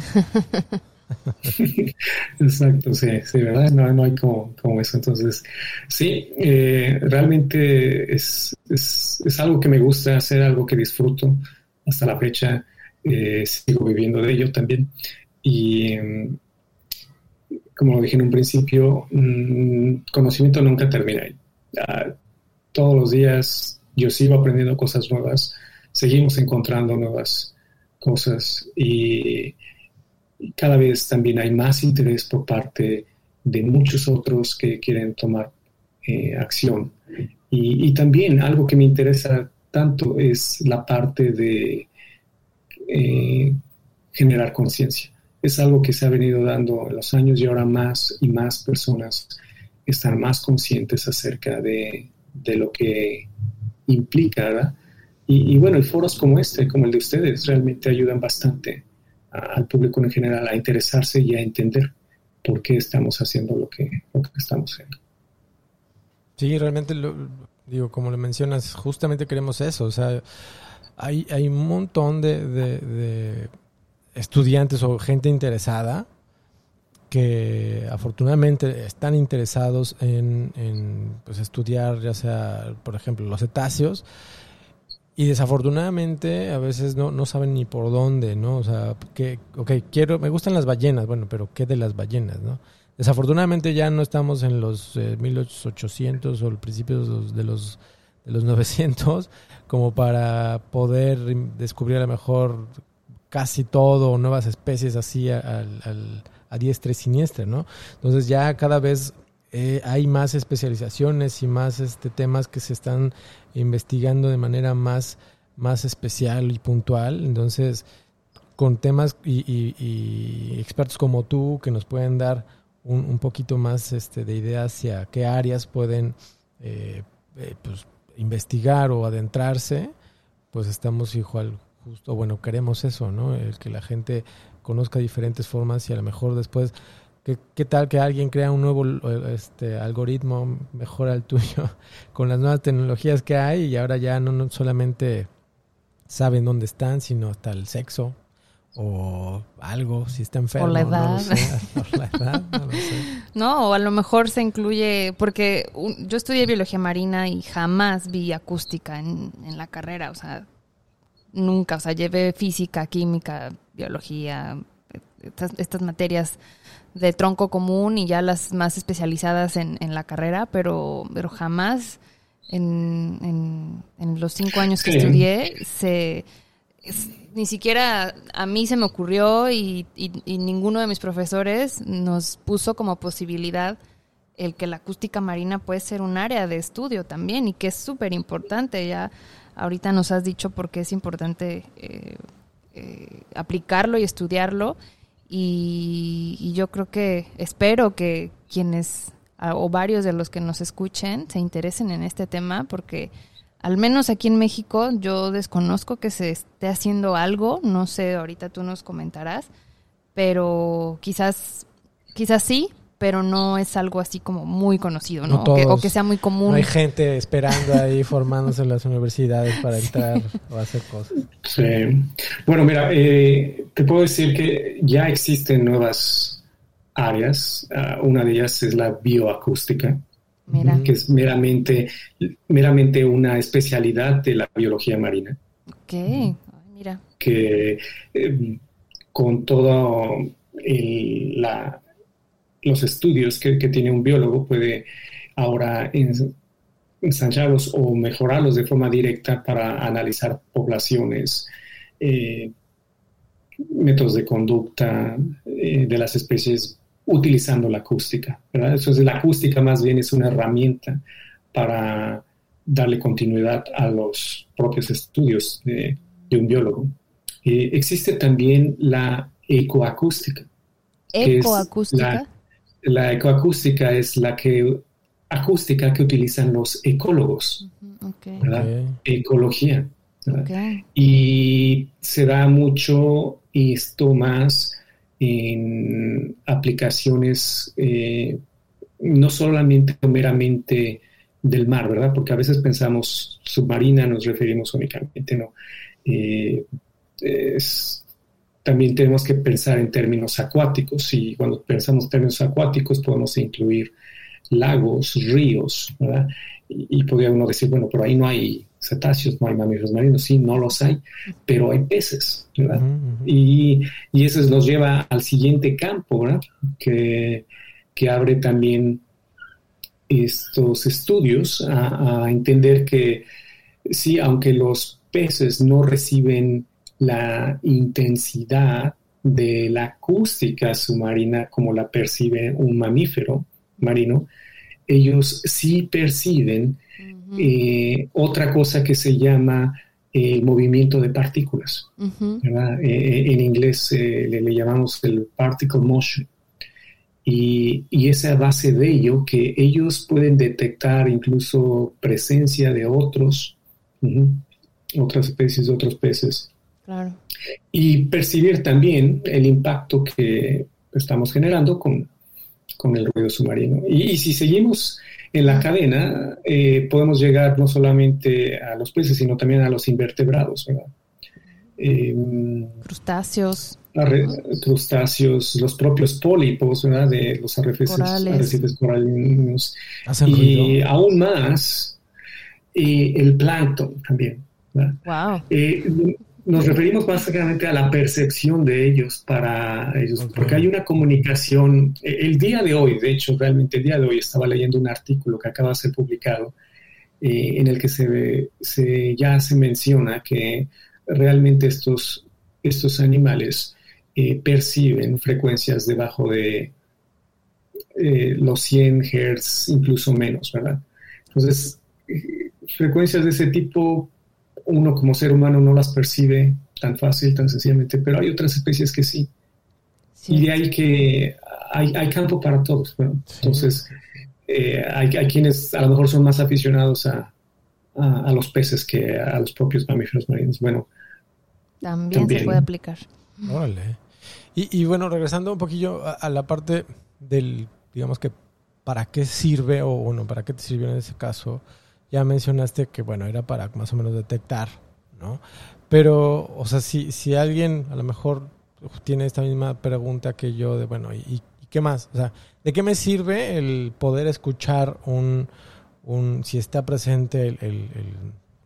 Exacto, sí, ¿verdad? No hay como eso. Entonces, sí, realmente es algo que me gusta hacer, algo que disfruto hasta la fecha. Sigo viviendo de ello también. Y como lo dije en un principio, conocimiento nunca termina. Todos los días yo sigo aprendiendo cosas nuevas, seguimos encontrando nuevas cosas y cada vez también hay más interés por parte de muchos otros que quieren tomar acción. Y también algo que me interesa tanto es la parte de generar conciencia. Es algo que se ha venido dando en los años y ahora más y más personas están más conscientes acerca de lo que implica, ¿verdad? Y bueno, y foros como este, como el de ustedes, realmente ayudan bastante al público en general a interesarse y a entender por qué estamos haciendo lo que estamos haciendo. Sí, realmente, digo, como le mencionas, justamente queremos eso. O sea, hay un montón de estudiantes o gente interesada que afortunadamente están interesados en pues estudiar, ya sea, por ejemplo, los cetáceos, y desafortunadamente a veces no saben ni por dónde, ¿no? O sea, me gustan las ballenas, bueno, pero ¿qué de las ballenas, no? Desafortunadamente ya no estamos en los 1800 o el principios de los 900 como para poder descubrir a lo mejor casi todo o nuevas especies así a diestra y siniestra, ¿no? Entonces ya cada vez hay más especializaciones y más temas que se están investigando de manera más especial y puntual. Entonces, con temas y expertos como tú que nos pueden dar un poquito más de idea hacia qué áreas pueden pues, investigar o adentrarse, pues estamos igual justo, bueno, queremos eso, ¿no? El que la gente conozca diferentes formas y a lo mejor después, ¿qué tal que alguien crea un nuevo algoritmo mejor al tuyo con las nuevas tecnologías que hay y ahora ya no solamente saben dónde están, sino hasta el sexo o algo, si está enfermo. O la edad. No lo sé. O la edad, no lo sé. No, o a lo mejor se incluye, porque yo estudié biología marina y jamás vi acústica en la carrera, o sea, nunca, o sea, llevé física, química, biología, estas materias de tronco común y ya las más especializadas en la carrera, pero jamás en los 5 años que estudié ni siquiera a mí se me ocurrió y ninguno de mis profesores nos puso como posibilidad el que la acústica marina puede ser un área de estudio también y que es súper importante. Ya ahorita nos has dicho por qué es importante aplicarlo y estudiarlo y yo creo que espero que quienes o varios de los que nos escuchen se interesen en este tema porque al menos aquí en México yo desconozco que se esté haciendo algo, no sé, ahorita tú nos comentarás, pero quizás sí, pero no es algo así como muy conocido, ¿no? O que sea muy común. No hay gente esperando ahí formándose en las universidades para entrar o hacer cosas. Sí. Bueno, mira, te puedo decir que ya existen nuevas áreas. Una de ellas es la bioacústica. Mira. Que es meramente una especialidad de la biología marina. Ok, mira. Que con todo los estudios que tiene un biólogo puede ahora ensancharlos o mejorarlos de forma directa para analizar poblaciones, métodos de conducta de las especies utilizando la acústica, ¿verdad? Entonces la acústica más bien es una herramienta para darle continuidad a los propios estudios de un biólogo. Existe también la ecoacústica. ¿Ecoacústica? La ecoacústica es acústica que utilizan los ecólogos, okay. ¿verdad? Ecología. ¿verdad? Okay. Y se da mucho esto más en aplicaciones no solamente meramente del mar, ¿verdad? Porque a veces pensamos submarina, nos referimos únicamente, ¿no? También tenemos que pensar en términos acuáticos y cuando pensamos en términos acuáticos podemos incluir lagos, ríos, ¿verdad? Y podría uno decir, bueno, por ahí no hay cetáceos, no hay mamíferos marinos. Sí, no los hay, pero hay peces, ¿verdad? Uh-huh. Y eso nos lleva al siguiente campo, ¿verdad? Que abre también estos estudios a entender que sí, aunque los peces no reciben la intensidad de la acústica submarina como la percibe un mamífero marino, ellos sí perciben otra cosa que se llama movimiento de partículas. Uh-huh. En inglés le llamamos el particle motion. Y es a base de ello que ellos pueden detectar incluso presencia de otras especies de otros peces. Claro. Y percibir también el impacto que estamos generando con el ruido submarino. Y si seguimos en la cadena, podemos llegar no solamente a los peces, sino también a los invertebrados, ¿verdad? Crustáceos. Crustáceos, los propios pólipos, ¿verdad? De los arrecifes coralinos. ¿Hacen y ruido? Aún más, el plancton también, ¿verdad? Wow. Nos referimos básicamente a la percepción de ellos para ellos, okay. Porque hay una comunicación. El día de hoy, de hecho, realmente el día de hoy estaba leyendo un artículo que acaba de ser publicado en el que ya se menciona que realmente estos animales perciben frecuencias debajo de los 100 Hz, incluso menos, ¿verdad? Entonces, frecuencias de ese tipo uno como ser humano no las percibe tan fácil, tan sencillamente, pero hay otras especies que sí. Y de ahí que hay campo para todos, ¿no? Sí. Entonces, hay quienes a lo mejor son más aficionados a los peces que a los propios mamíferos marinos. Bueno, también se puede aplicar. Órale. Y bueno, regresando un poquillo a la parte del, digamos que, ¿para qué sirve o bueno, para qué te sirvió en ese caso? Ya mencionaste que, bueno, era para más o menos detectar, ¿no? Pero, o sea, si alguien a lo mejor tiene esta misma pregunta que yo de, bueno, ¿y qué más? O sea, ¿de qué me sirve el poder escuchar si está presente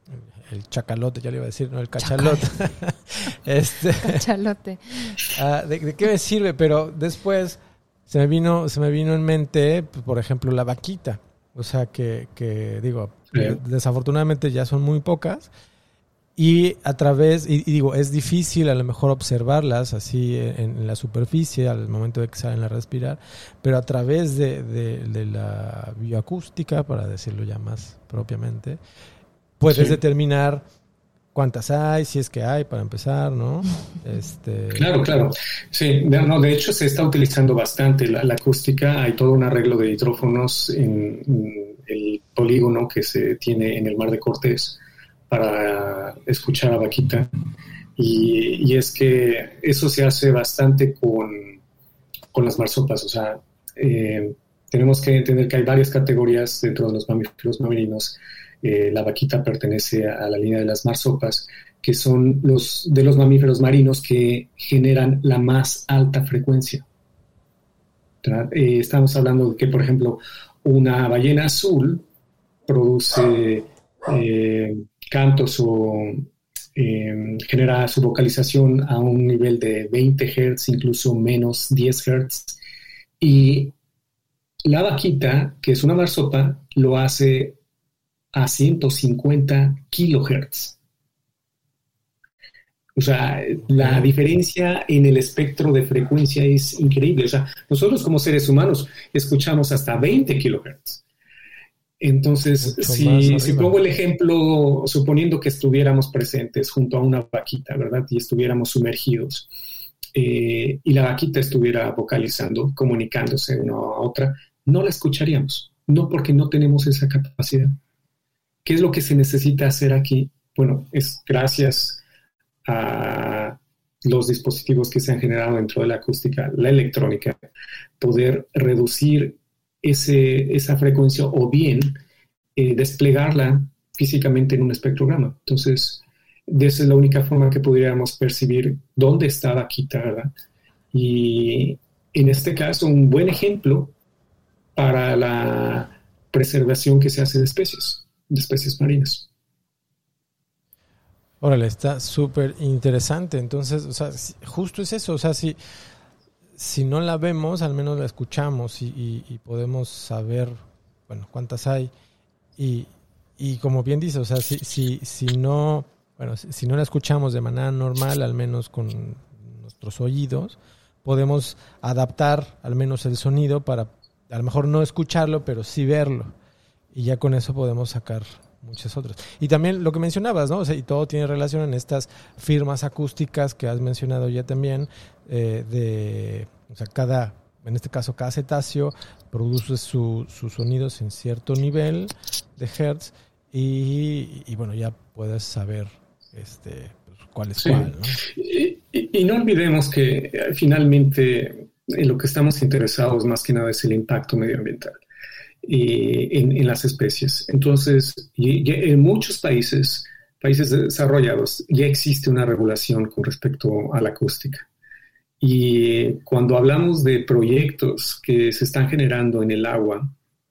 el chacalote, ya le iba a decir, no, el cachalote. Cachalote. ¿De qué me sirve? Pero después se me vino en mente, pues, por ejemplo, la vaquita. O sea, que digo, desafortunadamente ya son muy pocas. Y a través, y digo, es difícil a lo mejor observarlas así en la superficie al momento de que salen a respirar, pero a través de la bioacústica, para decirlo ya más propiamente, puedes determinar cuántas hay, si es que hay, para empezar, ¿no? Claro. Sí, no, de hecho se está utilizando bastante la acústica. Hay todo un arreglo de hidrófonos en el polígono que se tiene en el Mar de Cortés para escuchar a vaquita, y es que eso se hace bastante con las marsopas. O sea, tenemos que entender que hay varias categorías dentro de los mamíferos marinos. La vaquita pertenece a la línea de las marsopas, que son los mamíferos marinos que generan la más alta frecuencia. Estamos hablando de que, por ejemplo, una ballena azul produce cantos o genera su vocalización a un nivel de 20 Hz, incluso menos 10 Hz. Y la vaquita, que es una marsopa, lo hace a 150 kilohertz. O sea, la diferencia en el espectro de frecuencia es increíble. O sea, nosotros como seres humanos escuchamos hasta 20 kilohertz. Entonces, si pongo el ejemplo, suponiendo que estuviéramos presentes junto a una vaquita, ¿verdad? Y estuviéramos sumergidos, y la vaquita estuviera vocalizando, comunicándose una a otra, no la escucharíamos. No, porque no tenemos esa capacidad. ¿Qué es lo que se necesita hacer aquí? Bueno, es gracias a los dispositivos que se han generado dentro de la acústica, la electrónica, poder reducir esa frecuencia o bien desplegarla físicamente en un espectrograma. Entonces, esa es la única forma que podríamos percibir dónde está vaquita, ¿verdad? Y en este caso, un buen ejemplo para la preservación que se hace de especies marinas. Órale, está súper interesante. Entonces, o sea, justo es eso. O sea, si no la vemos, al menos la escuchamos y podemos saber, bueno, cuántas hay. Y como bien dice, o sea, si no la escuchamos de manera normal, al menos con nuestros oídos, podemos adaptar al menos el sonido para a lo mejor no escucharlo, pero sí verlo. Y ya con eso podemos sacar muchas otras. Y también lo que mencionabas, ¿no? O sea, y todo tiene relación en estas firmas acústicas que has mencionado ya también, o sea, en este caso cada cetáceo produce sus sonidos en cierto nivel de hertz y bueno, ya puedes saber pues, cuál es cuál, ¿no? Y no olvidemos que finalmente en lo que estamos interesados más que nada es el impacto medioambiental en las especies. Entonces, en muchos países desarrollados, ya existe una regulación con respecto a la acústica. Y cuando hablamos de proyectos que se están generando en el agua,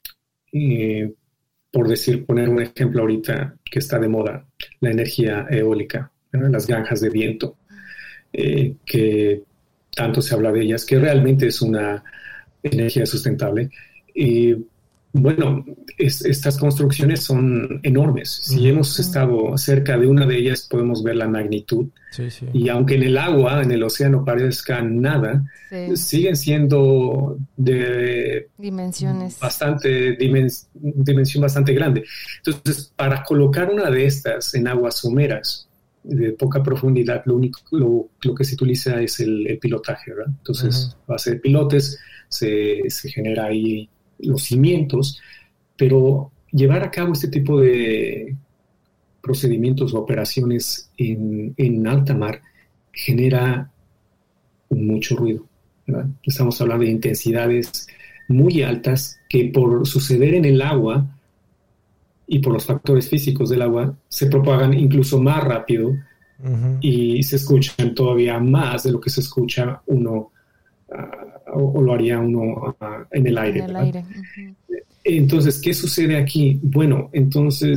poner un ejemplo ahorita que está de moda, la energía eólica, ¿no? Las granjas de viento, que tanto se habla de ellas, que realmente es una energía sustentable. Bueno, estas construcciones son enormes. Si hemos estado cerca de una de ellas, podemos ver la magnitud. Sí, sí. Y aunque en el agua, en el océano, parezca nada, siguen siendo de dimensión bastante grande. Entonces, para colocar una de estas en aguas someras de poca profundidad, lo que se utiliza es el pilotaje, ¿verdad? Entonces, a base de pilotes se genera ahí los cimientos, pero llevar a cabo este tipo de procedimientos o operaciones en alta mar genera mucho ruido, ¿verdad? Estamos hablando de intensidades muy altas que por suceder en el agua y por los factores físicos del agua se propagan incluso más rápido y se escuchan todavía más de lo que se escucha uno o lo haría uno en el aire. Entonces, ¿qué sucede aquí? Bueno, entonces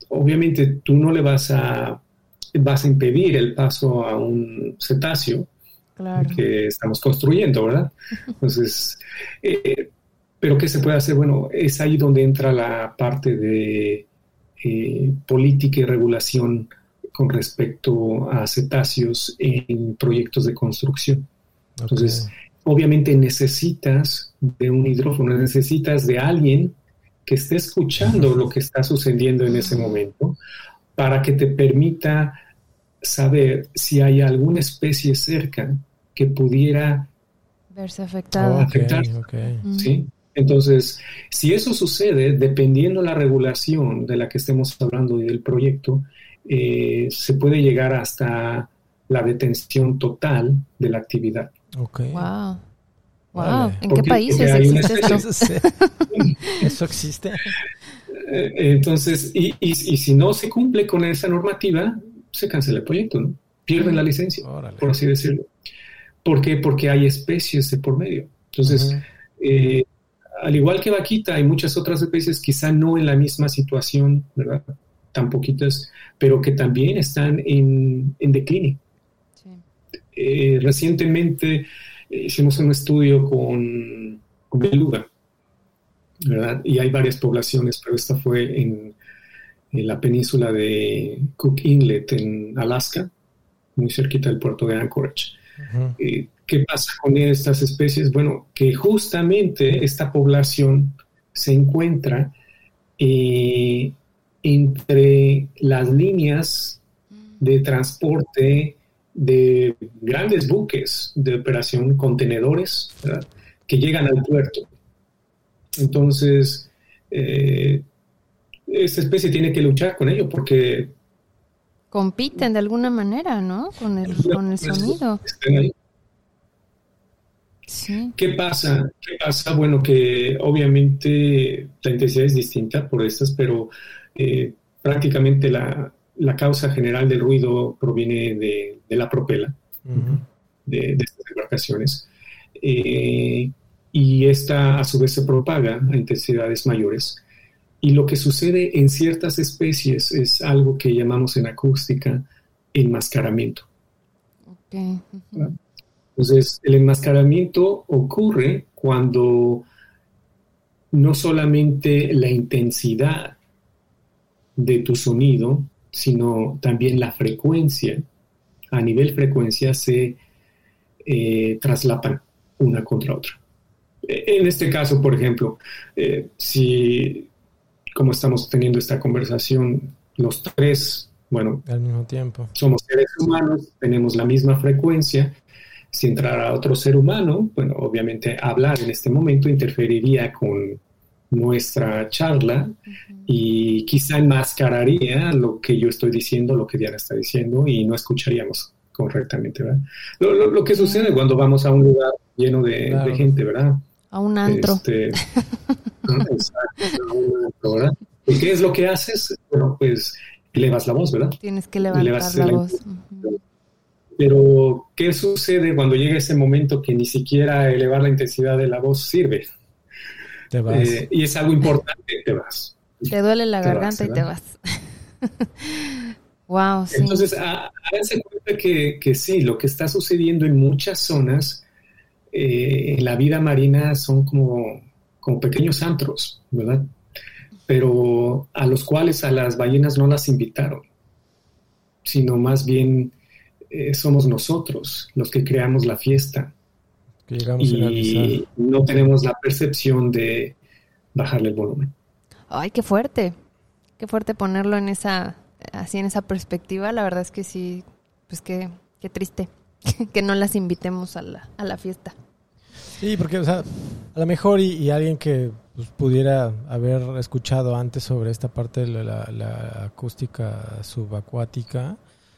obviamente tú no le vas a impedir el paso a un cetáceo, claro, que estamos construyendo, ¿verdad? Entonces, pero ¿qué se puede hacer? Bueno, es ahí donde entra la parte de política y regulación con respecto a cetáceos en proyectos de construcción. Entonces, obviamente necesitas de un hidrófono, necesitas de alguien que esté escuchando lo que está sucediendo en ese momento para que te permita saber si hay alguna especie cerca que pudiera verse afectada. ¿Sí? Entonces, si eso sucede, dependiendo la regulación de la que estemos hablando y del proyecto, se puede llegar hasta la detención total de la actividad. Okay. Wow. Vale. ¿En qué países existe esto? ¿Eso existe? Entonces, y si no se cumple con esa normativa, se cancela el proyecto, ¿no? Pierden la licencia, por así decirlo. ¿Por qué? Porque hay especies de por medio. Entonces, al igual que vaquita, hay muchas otras especies, quizá no en la misma situación, ¿verdad? Tan poquitas, pero que también están en decline. Sí. Recientemente hicimos un estudio con beluga, ¿verdad? Y hay varias poblaciones, pero esta fue en la península de Cook Inlet, en Alaska, muy cerquita del puerto de Anchorage. ¿Qué pasa con estas especies? Bueno, que justamente esta población se encuentra entre las líneas de transporte de grandes buques de operación, contenedores, ¿verdad?, que llegan al puerto. Entonces, esta especie tiene que luchar con ello porque compiten de alguna manera, ¿no? Con el sonido. Sí. ¿Qué pasa? Bueno, que obviamente la intensidad es distinta por estas, pero prácticamente la causa general del ruido proviene de la propela de estas embarcaciones. Y esta a su vez se propaga a intensidades mayores. Y lo que sucede en ciertas especies es algo que llamamos en acústica enmascaramiento. Okay. Entonces, el enmascaramiento ocurre cuando no solamente la intensidad de tu sonido, sino también la frecuencia, a nivel frecuencia se traslapan una contra otra. En este caso, por ejemplo, si, como estamos teniendo esta conversación, los tres, bueno, al mismo tiempo, somos seres humanos, tenemos la misma frecuencia. Si entrara otro ser humano, bueno, obviamente hablar en este momento interferiría con nuestra charla y quizá enmascararía lo que yo estoy diciendo, lo que Diana está diciendo, y no escucharíamos correctamente, ¿verdad? Lo que sucede cuando vamos a un lugar lleno de gente, ¿verdad? A un antro. Exacto, a un antro, ¿verdad? ¿Y qué es lo que haces? Bueno, pues elevas la voz, ¿verdad? Tienes que levantar la voz. Pero, ¿qué sucede cuando llega ese momento que ni siquiera elevar la intensidad de la voz sirve? Te vas. Y es algo importante, te vas. Te duele la garganta y te vas. Wow, sí. Entonces, háganse cuenta que sí, lo que está sucediendo en muchas zonas en la vida marina son como pequeños antros, ¿verdad? Pero a los cuales a las ballenas no las invitaron, sino más bien somos nosotros los que creamos la fiesta y no tenemos la percepción de bajarle el volumen. Ay, qué fuerte ponerlo en esa perspectiva. La verdad es que sí, pues qué triste que no las invitemos a la fiesta. Sí, porque, o sea, a lo mejor y alguien que pues, pudiera haber escuchado antes sobre esta parte de la acústica subacuática,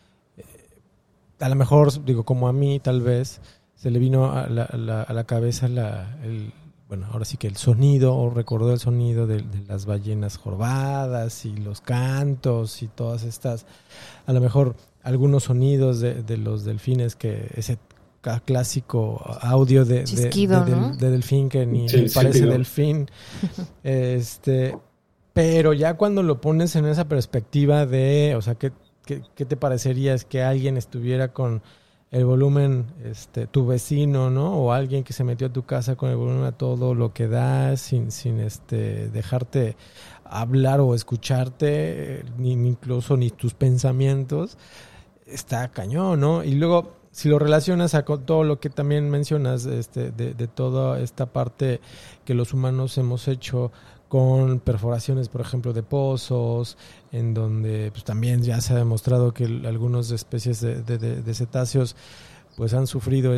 a lo mejor, digo, como a mí, tal vez, se le vino a la cabeza bueno, ahora sí que el sonido, o recordó el sonido de las ballenas jorobadas y los cantos y todas estas, a lo mejor algunos sonidos de los delfines, que ese clásico audio de Chisquido, ¿no? de delfín que ni parece delfín, Pero ya cuando lo pones en esa perspectiva de, o sea, ¿qué te parecería es que alguien estuviera con el volumen, tu vecino, ¿no? O alguien que se metió a tu casa con el volumen a todo lo que da, sin dejarte hablar o escucharte, ni incluso ni tus pensamientos, está cañón, ¿no? Y luego, si lo relacionas con todo lo que también mencionas, de toda esta parte que los humanos hemos hecho con perforaciones, por ejemplo, de pozos, en donde pues también ya se ha demostrado que algunas especies de cetáceos pues han sufrido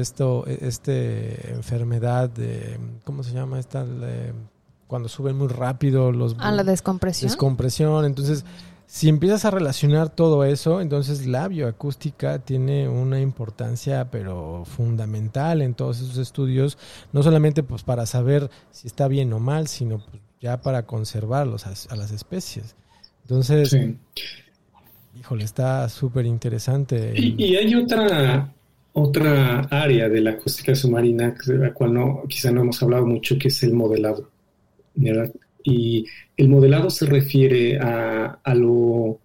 enfermedad de, ¿cómo se llama esta? Cuando suben muy rápido los... la descompresión. Descompresión. Entonces, si empiezas a relacionar todo eso, entonces la bioacústica tiene una importancia pero fundamental en todos esos estudios, no solamente pues para saber si está bien o mal, sino pues ya para conservarlos a las especies. Entonces, sí. Híjole, está súper interesante. Y hay otra área de la acústica submarina de la cual quizá no hemos hablado mucho, que es el modelado, ¿verdad? Y el modelado se refiere a lo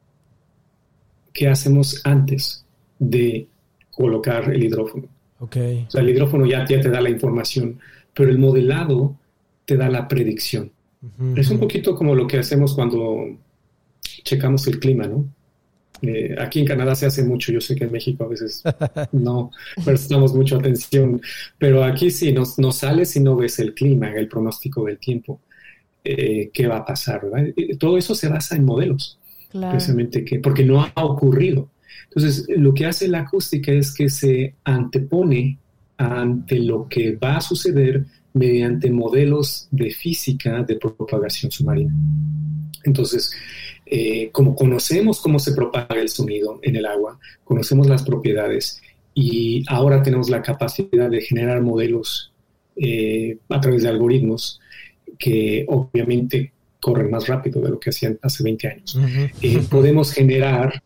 que hacemos antes de colocar el hidrófono. Okay. O sea, el hidrófono ya te da la información, pero el modelado te da la predicción. Uh-huh. Es un poquito como lo que hacemos cuando checamos el clima, ¿no? Aquí en Canadá se hace mucho, yo sé que en México a veces no prestamos mucha atención, pero aquí sí, no sales y no ves el clima, el pronóstico del tiempo. ¿Qué va a pasar, ¿verdad? Todo eso se basa en modelos, claro. Precisamente porque no ha ocurrido. Entonces, lo que hace la acústica es que se antepone ante lo que va a suceder mediante modelos de física de propagación submarina. Entonces, como conocemos cómo se propaga el sonido en el agua, conocemos las propiedades y ahora tenemos la capacidad de generar modelos a través de algoritmos que obviamente corren más rápido de lo que hacían hace 20 años. Uh-huh. Podemos generar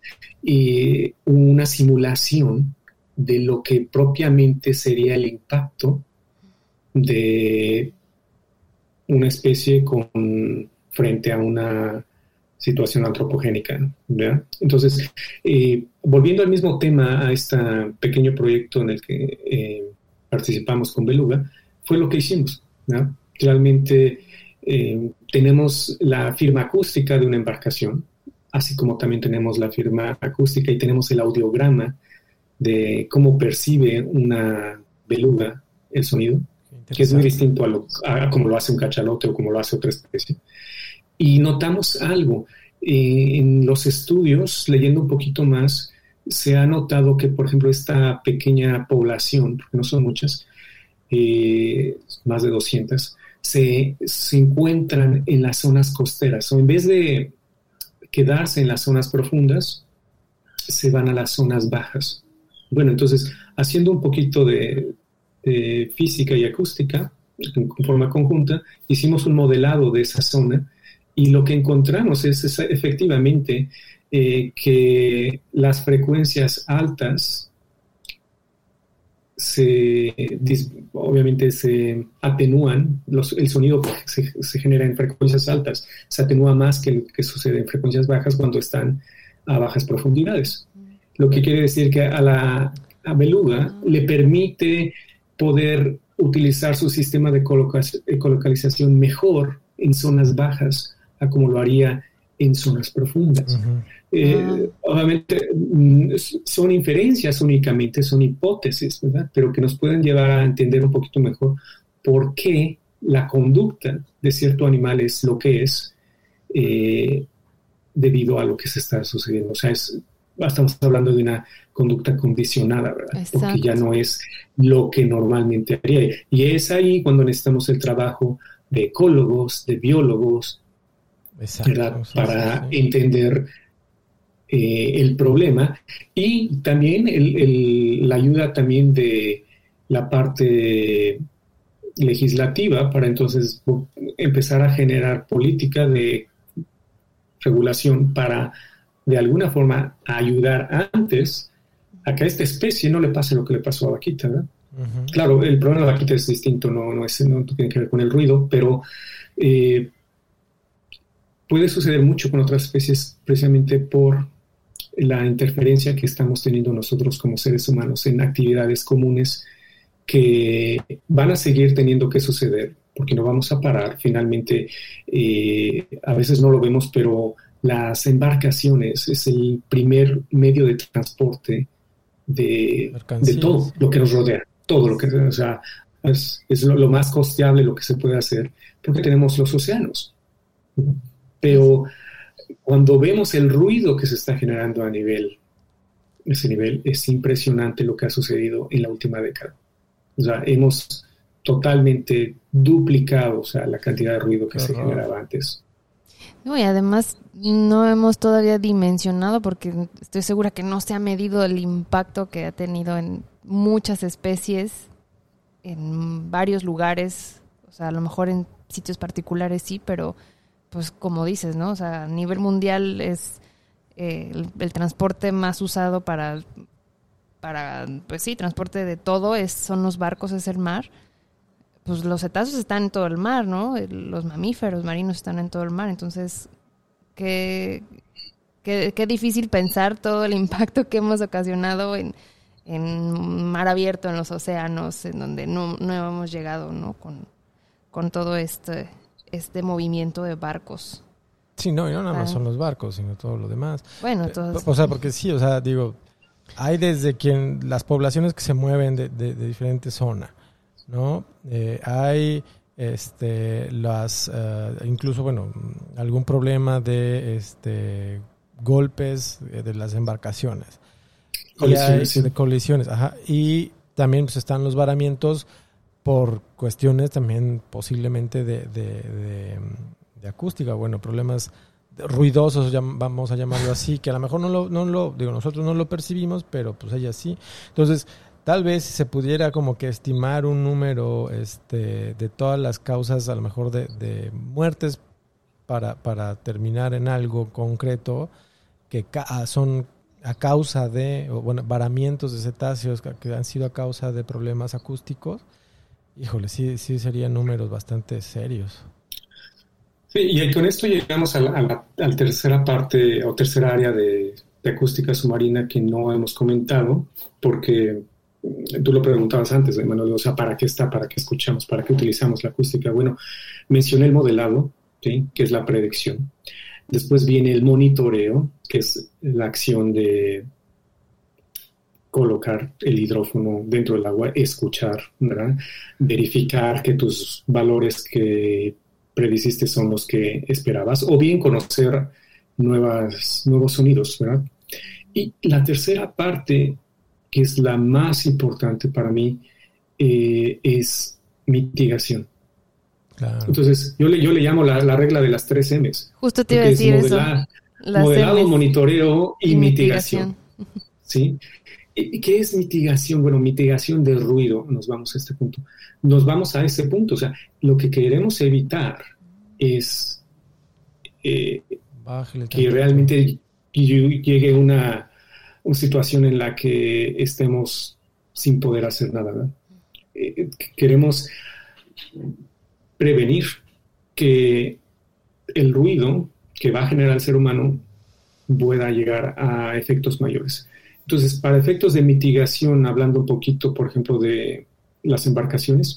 una simulación de lo que propiamente sería el impacto de una especie frente a una situación antropogénica, ¿verdad? Entonces, volviendo al mismo tema, a este pequeño proyecto en el que participamos con Beluga, fue lo que hicimos, ¿verdad? Realmente tenemos la firma acústica de una embarcación, así como también tenemos la firma acústica y tenemos el audiograma de cómo percibe una beluga el sonido, que es muy distinto a como lo hace un cachalote o como lo hace otra especie. Y notamos algo. En los estudios, leyendo un poquito más, se ha notado que, por ejemplo, esta pequeña población, porque no son muchas, más de 200, se encuentran en las zonas costeras. O en vez de quedarse en las zonas profundas, se van a las zonas bajas. Bueno, entonces, haciendo un poquito de física y acústica en forma conjunta, hicimos un modelado de esa zona y lo que encontramos es efectivamente que las frecuencias altas obviamente se atenúan, el sonido se genera en frecuencias altas, se atenúa más que lo que sucede en frecuencias bajas cuando están a bajas profundidades. Lo que quiere decir que a beluga le permite poder utilizar su sistema de ecolocalización mejor en zonas bajas a como lo haría en zonas profundas. Uh-huh. Obviamente son inferencias únicamente, son hipótesis, ¿verdad? Pero que nos pueden llevar a entender un poquito mejor por qué la conducta de cierto animal es lo que es debido a lo que se está sucediendo. O sea, estamos hablando de una conducta condicionada, ¿verdad? Exacto. Porque ya no es lo que normalmente haría. Y es ahí cuando necesitamos el trabajo de ecólogos, de biólogos, ¿verdad? Sí, para entender el problema y también la ayuda también de la parte legislativa para entonces empezar a generar política de regulación para de alguna forma ayudar antes a que a esta especie no le pase lo que le pasó a vaquita, ¿verdad? Uh-huh. Claro, el problema de la vaquita es distinto, no tiene que ver con el ruido, pero puede suceder mucho con otras especies precisamente por la interferencia que estamos teniendo nosotros como seres humanos en actividades comunes que van a seguir teniendo que suceder porque no vamos a parar. Finalmente, a veces no lo vemos, pero las embarcaciones es el primer medio de transporte de todo lo que nos rodea, todo lo que, o sea, es lo más costeable lo que se puede hacer porque tenemos los océanos. Pero cuando vemos el ruido que se está generando ese nivel, es impresionante lo que ha sucedido en la última década. O sea, hemos totalmente duplicado, o sea, la cantidad de ruido que se generaba antes. No, y además no hemos todavía dimensionado, porque estoy segura que no se ha medido el impacto que ha tenido en muchas especies, en varios lugares, o sea, a lo mejor en sitios particulares sí, pero pues como dices, ¿no? O sea, a nivel mundial es el transporte más usado para, pues sí, transporte de todo, son los barcos, es el mar. Pues los cetáceos están en todo el mar, ¿no? Los mamíferos marinos están en todo el mar. Entonces, qué difícil pensar todo el impacto que hemos ocasionado en mar abierto, en los océanos, en donde no hemos llegado, ¿no? Con todo este movimiento de barcos. Sí, no, y no nada más son los barcos, sino todo lo demás. Bueno, todos. O sea, porque sí, o sea, digo, hay desde las poblaciones que se mueven de diferentes zonas, ¿no? Hay incluso, bueno, algún problema de golpes de las embarcaciones. Colisiones. De colisiones, ajá. Y también pues están los varamientos por cuestiones también posiblemente de acústica, bueno, problemas ruidosos, vamos a llamarlo así, que a lo mejor nosotros no lo percibimos, pero pues ellas sí. Entonces, tal vez se pudiera como que estimar un número de todas las causas, a lo mejor de muertes, para terminar en algo concreto, que son a causa varamientos de cetáceos que han sido a causa de problemas acústicos. Híjole, sí serían números bastante serios. Sí, y con esto llegamos a la tercera parte o tercera área de acústica submarina que no hemos comentado, porque tú lo preguntabas antes, Manuel, o sea, ¿para qué está? ¿Para qué escuchamos? ¿Para qué utilizamos la acústica? Bueno, mencioné el modelado, ¿sí? Que es la predicción. Después viene el monitoreo, que es la acción de colocar el hidrófono dentro del agua, escuchar, ¿verdad? Verificar que tus valores que prediciste son los que esperabas, o bien conocer nuevos sonidos, ¿verdad? Y la tercera parte, que es la más importante para mí, es mitigación. Claro. Entonces, yo le llamo la regla de las 3 M's. Justo te iba a decir eso. Modelado, M's, monitoreo y mitigación. mitigación. ¿Sí? ¿Y qué es mitigación? Bueno, mitigación del ruido. Nos vamos a este punto. Nos vamos a ese punto. O sea, lo que queremos evitar es que realmente llegue una situación en la que estemos sin poder hacer nada, ¿verdad? Queremos prevenir que el ruido que va a generar el ser humano pueda llegar a efectos mayores. Entonces, para efectos de mitigación, hablando un poquito, por ejemplo, de las embarcaciones,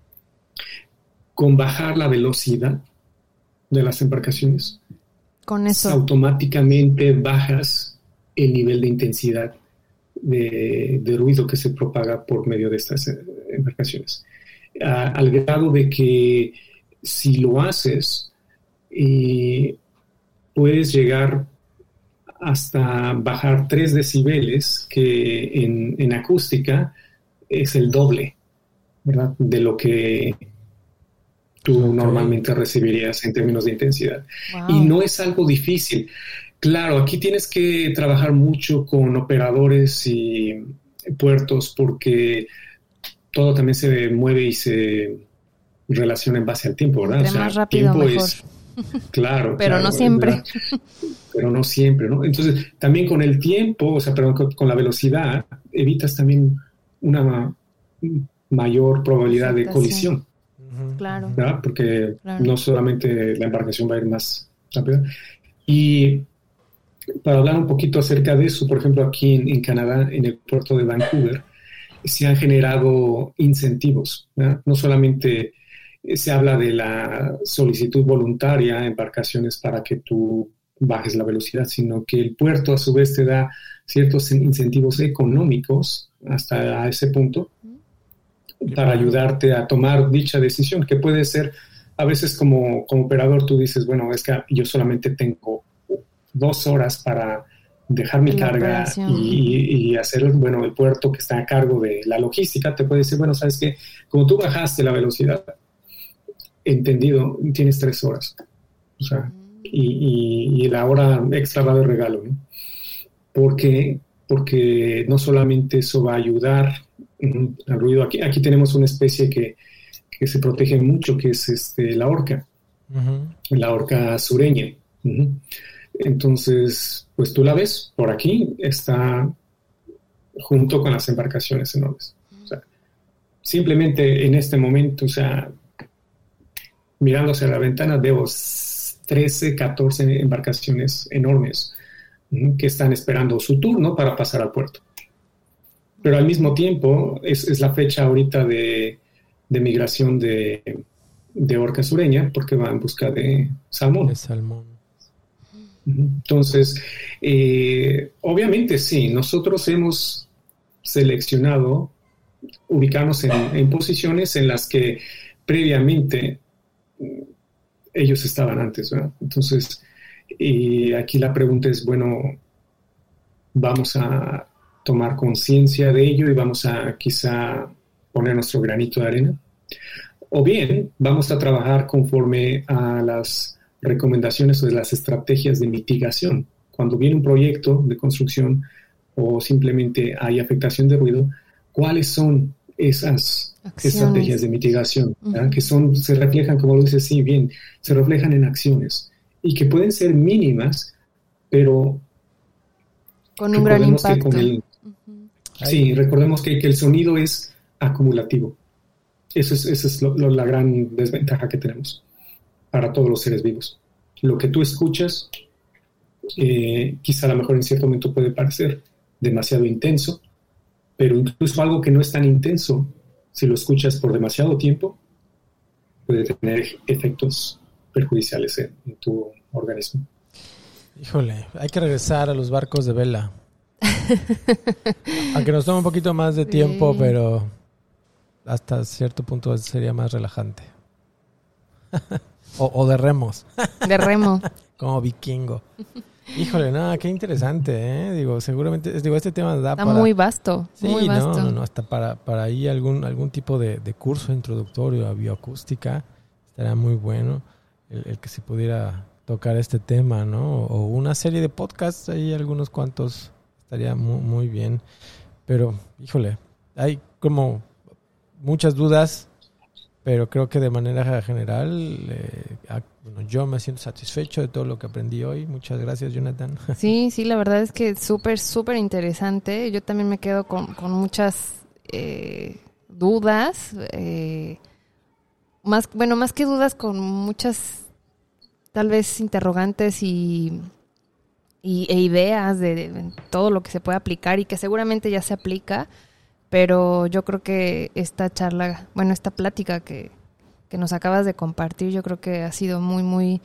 con bajar la velocidad de las embarcaciones, con eso automáticamente bajas el nivel de intensidad de ruido que se propaga por medio de estas embarcaciones. Al grado de que si lo haces, puedes llegar hasta bajar 3 decibeles, que en acústica es el doble, ¿verdad?, de lo que tú normalmente recibirías en términos de intensidad. Wow. Y no es algo difícil. Claro, aquí tienes que trabajar mucho con operadores y puertos, porque todo también se mueve y se relaciona en base al tiempo, ¿verdad? Entre más rápido, tiempo mejor. Claro. Pero claro, no siempre. ¿verdad? Pero no siempre, ¿no? Entonces, también con el tiempo, con la velocidad, evitas también una mayor probabilidad de colisión. Claro. ¿Verdad? Porque no solamente la embarcación va a ir más Y para hablar un poquito acerca de eso, por ejemplo, aquí en Canadá, en el puerto de Vancouver, se han generado incentivos, ¿verdad? No solamente se habla de la solicitud voluntaria a embarcaciones para que tú bajes la velocidad, sino que el puerto a su vez te da ciertos incentivos económicos hasta ese punto para ayudarte a tomar dicha decisión, que puede ser, a veces como operador tú dices, bueno, es que yo solamente tengo 2 horas para dejar mi carga y hacer, bueno, el puerto que está a cargo de la logística te puede decir, bueno, sabes que como tú bajaste la velocidad, entendido, tienes 3 horas. O sea, y la hora extra va de regalo, ¿no? Porque no solamente eso va a ayudar al ruido. Aquí tenemos una especie que se protege mucho, que es la orca, la orca sureña. Entonces, pues tú la ves por aquí, está junto con las embarcaciones enormes. O sea, simplemente en este momento, o sea, mirando hacia la ventana veo 13, 14 embarcaciones enormes que están esperando su turno para pasar al puerto. Pero al mismo tiempo es la fecha ahorita de migración de orca sureña, porque va en busca de salmón. De salmón. Entonces, obviamente sí, nosotros hemos seleccionado ubicarnos en posiciones en las que previamente ellos estaban antes, ¿verdad? Entonces, aquí la pregunta es, bueno, vamos a tomar conciencia de ello y vamos a quizá poner nuestro granito de arena, o bien vamos a trabajar conforme a las recomendaciones o de las estrategias de mitigación. Cuando viene un proyecto de construcción o simplemente hay afectación de ruido, ¿cuáles son esas estrategias de mitigación? Que se reflejan, como lo dices, sí, bien, se reflejan en acciones y que pueden ser mínimas, pero con un gran impacto. Sí, recordemos que el sonido es acumulativo. Esa es la gran desventaja que tenemos para todos los seres vivos. Lo que tú escuchas, quizá a lo mejor en cierto momento puede parecer demasiado intenso, pero incluso algo que no es tan intenso, si lo escuchas por demasiado tiempo, puede tener efectos perjudiciales en tu organismo. Híjole, hay que regresar a los barcos de vela. Aunque nos toma un poquito más de tiempo, pero hasta cierto punto sería más relajante. O de remos. De remo. Como vikingo. Híjole, no, qué interesante, ¿eh? Digo, seguramente, este tema da está para... muy vasto, sí, muy vasto. No, hasta para ahí algún tipo de curso introductorio a bioacústica estaría muy bueno el que se pudiera tocar este tema, ¿no? O una serie de podcasts, ahí algunos cuantos estaría muy, muy bien. Pero, híjole, hay como muchas dudas, pero creo que de manera general, yo me siento satisfecho de todo lo que aprendí hoy. Muchas gracias, Jonathan. Sí, la verdad es que súper, súper interesante. Yo también me quedo con muchas dudas. Más que dudas, con muchas, tal vez, interrogantes e ideas de todo lo que se puede aplicar y que seguramente ya se aplica. Pero yo creo que esta charla, esta plática que nos acabas de compartir, yo creo que ha sido muy, muy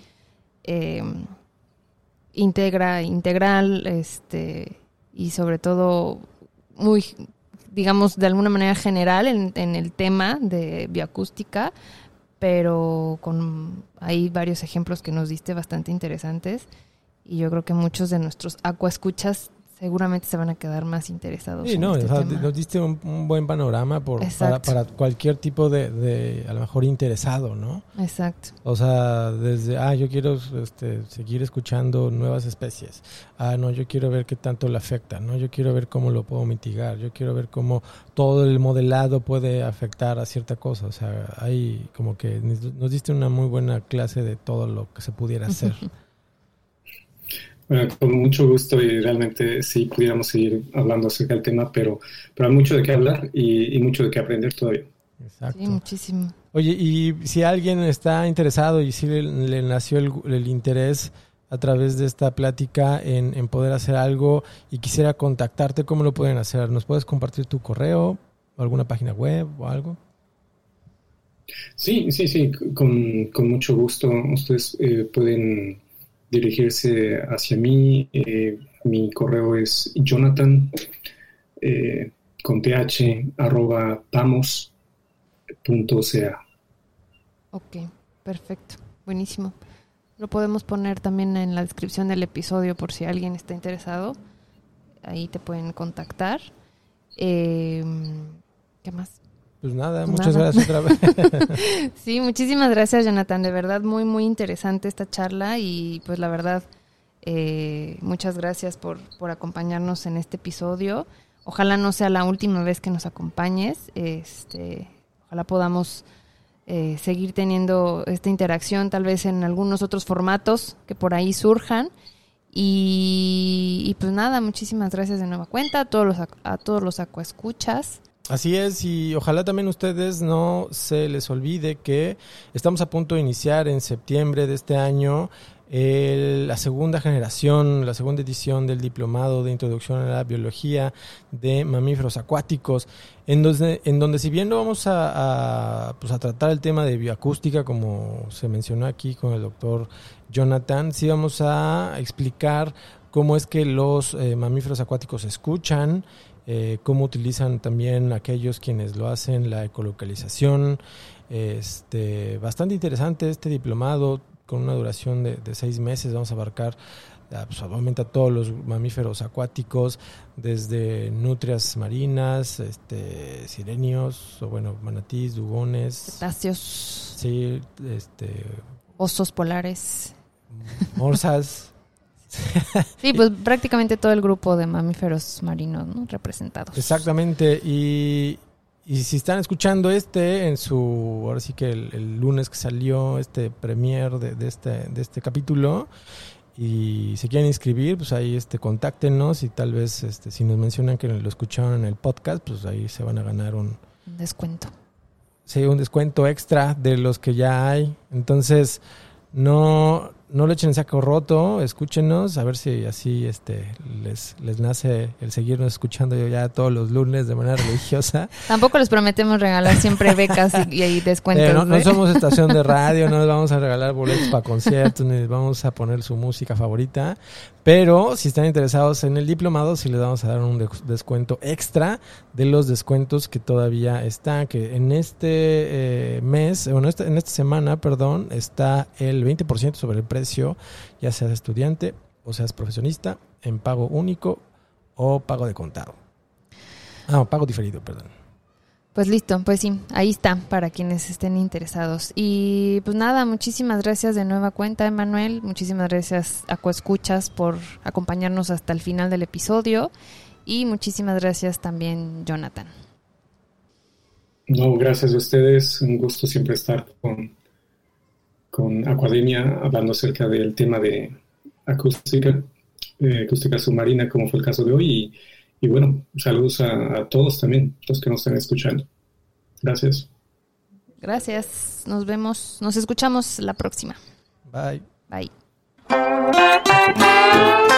integral, y sobre todo muy, digamos, de alguna manera general en el tema de bioacústica, pero hay varios ejemplos que nos diste bastante interesantes, y yo creo que muchos de nuestros acuaescuchas seguramente se van a quedar más interesados. Sí, en este tema. Nos diste un buen panorama para cualquier tipo de a lo mejor interesado, ¿no? Exacto. O sea, desde, yo quiero seguir escuchando nuevas especies. No, yo quiero ver qué tanto le afecta, ¿no? Yo quiero ver cómo lo puedo mitigar. Yo quiero ver cómo todo el modelado puede afectar a cierta cosa. O sea, hay como que nos diste una muy buena clase de todo lo que se pudiera hacer. Bueno, con mucho gusto, y realmente sí pudiéramos seguir hablando acerca del tema, pero hay mucho de qué hablar y mucho de qué aprender todavía. Exacto. Sí, muchísimo. Oye, y si alguien está interesado y si le nació el interés, a través de esta plática en poder hacer algo y quisiera contactarte, ¿cómo lo pueden hacer? ¿Nos puedes compartir tu correo, alguna página web o algo? Sí, con mucho gusto. Ustedes pueden dirigirse hacia mí. Mi correo es Jonathan con th @pamos.ca. Ok, perfecto, buenísimo. Lo podemos poner también en la descripción del episodio por si alguien está interesado. Ahí te pueden contactar. ¿Qué más? Pues nada, muchas gracias otra vez. Sí, muchísimas gracias, Jonathan. De verdad, muy, muy interesante esta charla y pues la verdad, muchas gracias por acompañarnos en este episodio. Ojalá no sea la última vez que nos acompañes. Ojalá podamos seguir teniendo esta interacción, tal vez en algunos otros formatos que por ahí surjan. Y pues nada, muchísimas gracias de nueva cuenta a todos los Aquaescuchas. Así es, y ojalá también ustedes no se les olvide que estamos a punto de iniciar en septiembre de este año la segunda generación, la segunda edición del diplomado de introducción a la biología de mamíferos acuáticos, en donde si bien no vamos a tratar el tema de bioacústica, como se mencionó aquí con el doctor Jonathan, sí vamos a explicar cómo es que los mamíferos acuáticos escuchan, cómo utilizan también aquellos quienes lo hacen, la ecolocalización. Bastante interesante este diplomado, con una duración de 6 meses. Vamos a abarcar obviamente a todos los mamíferos acuáticos, desde nutrias marinas, sirenios, manatís, dugones, cetáceos, sí, osos polares, morsas. Sí, pues prácticamente todo el grupo de mamíferos marinos, ¿no?, representados. Exactamente, y si están escuchando ahora sí que el lunes que salió este premier de este capítulo y se quieren inscribir, pues ahí contáctenos y tal vez si nos mencionan que lo escucharon en el podcast, pues ahí se van a ganar un descuento. Sí, un descuento extra de los que ya hay. Entonces, no le echen saco roto, escúchenos, a ver si así les nace el seguirnos escuchando ya todos los lunes de manera religiosa. Tampoco les prometemos regalar siempre becas y descuentos. No somos estación de radio, no les vamos a regalar boletos para conciertos, ni les vamos a poner su música favorita, pero si están interesados en el diplomado, sí les vamos a dar un descuento extra de los descuentos que todavía están, que en este mes, en esta semana, está el 20% sobre el precio, ya seas estudiante o seas profesionista, en pago único o pago de contado. Pago diferido, perdón. Pues listo, pues sí, ahí está para quienes estén interesados. Y pues nada, muchísimas gracias de nueva cuenta, Emanuel. Muchísimas gracias a Aquaescuchas por acompañarnos hasta el final del episodio. Y muchísimas gracias también, Jonathan. No, gracias a ustedes. Un gusto siempre estar con Aquademia hablando acerca del tema de acústica submarina, como fue el caso de hoy. Y bueno, saludos a todos también, los que nos están escuchando. Gracias. Gracias. Nos vemos, nos escuchamos la próxima. Bye. Bye.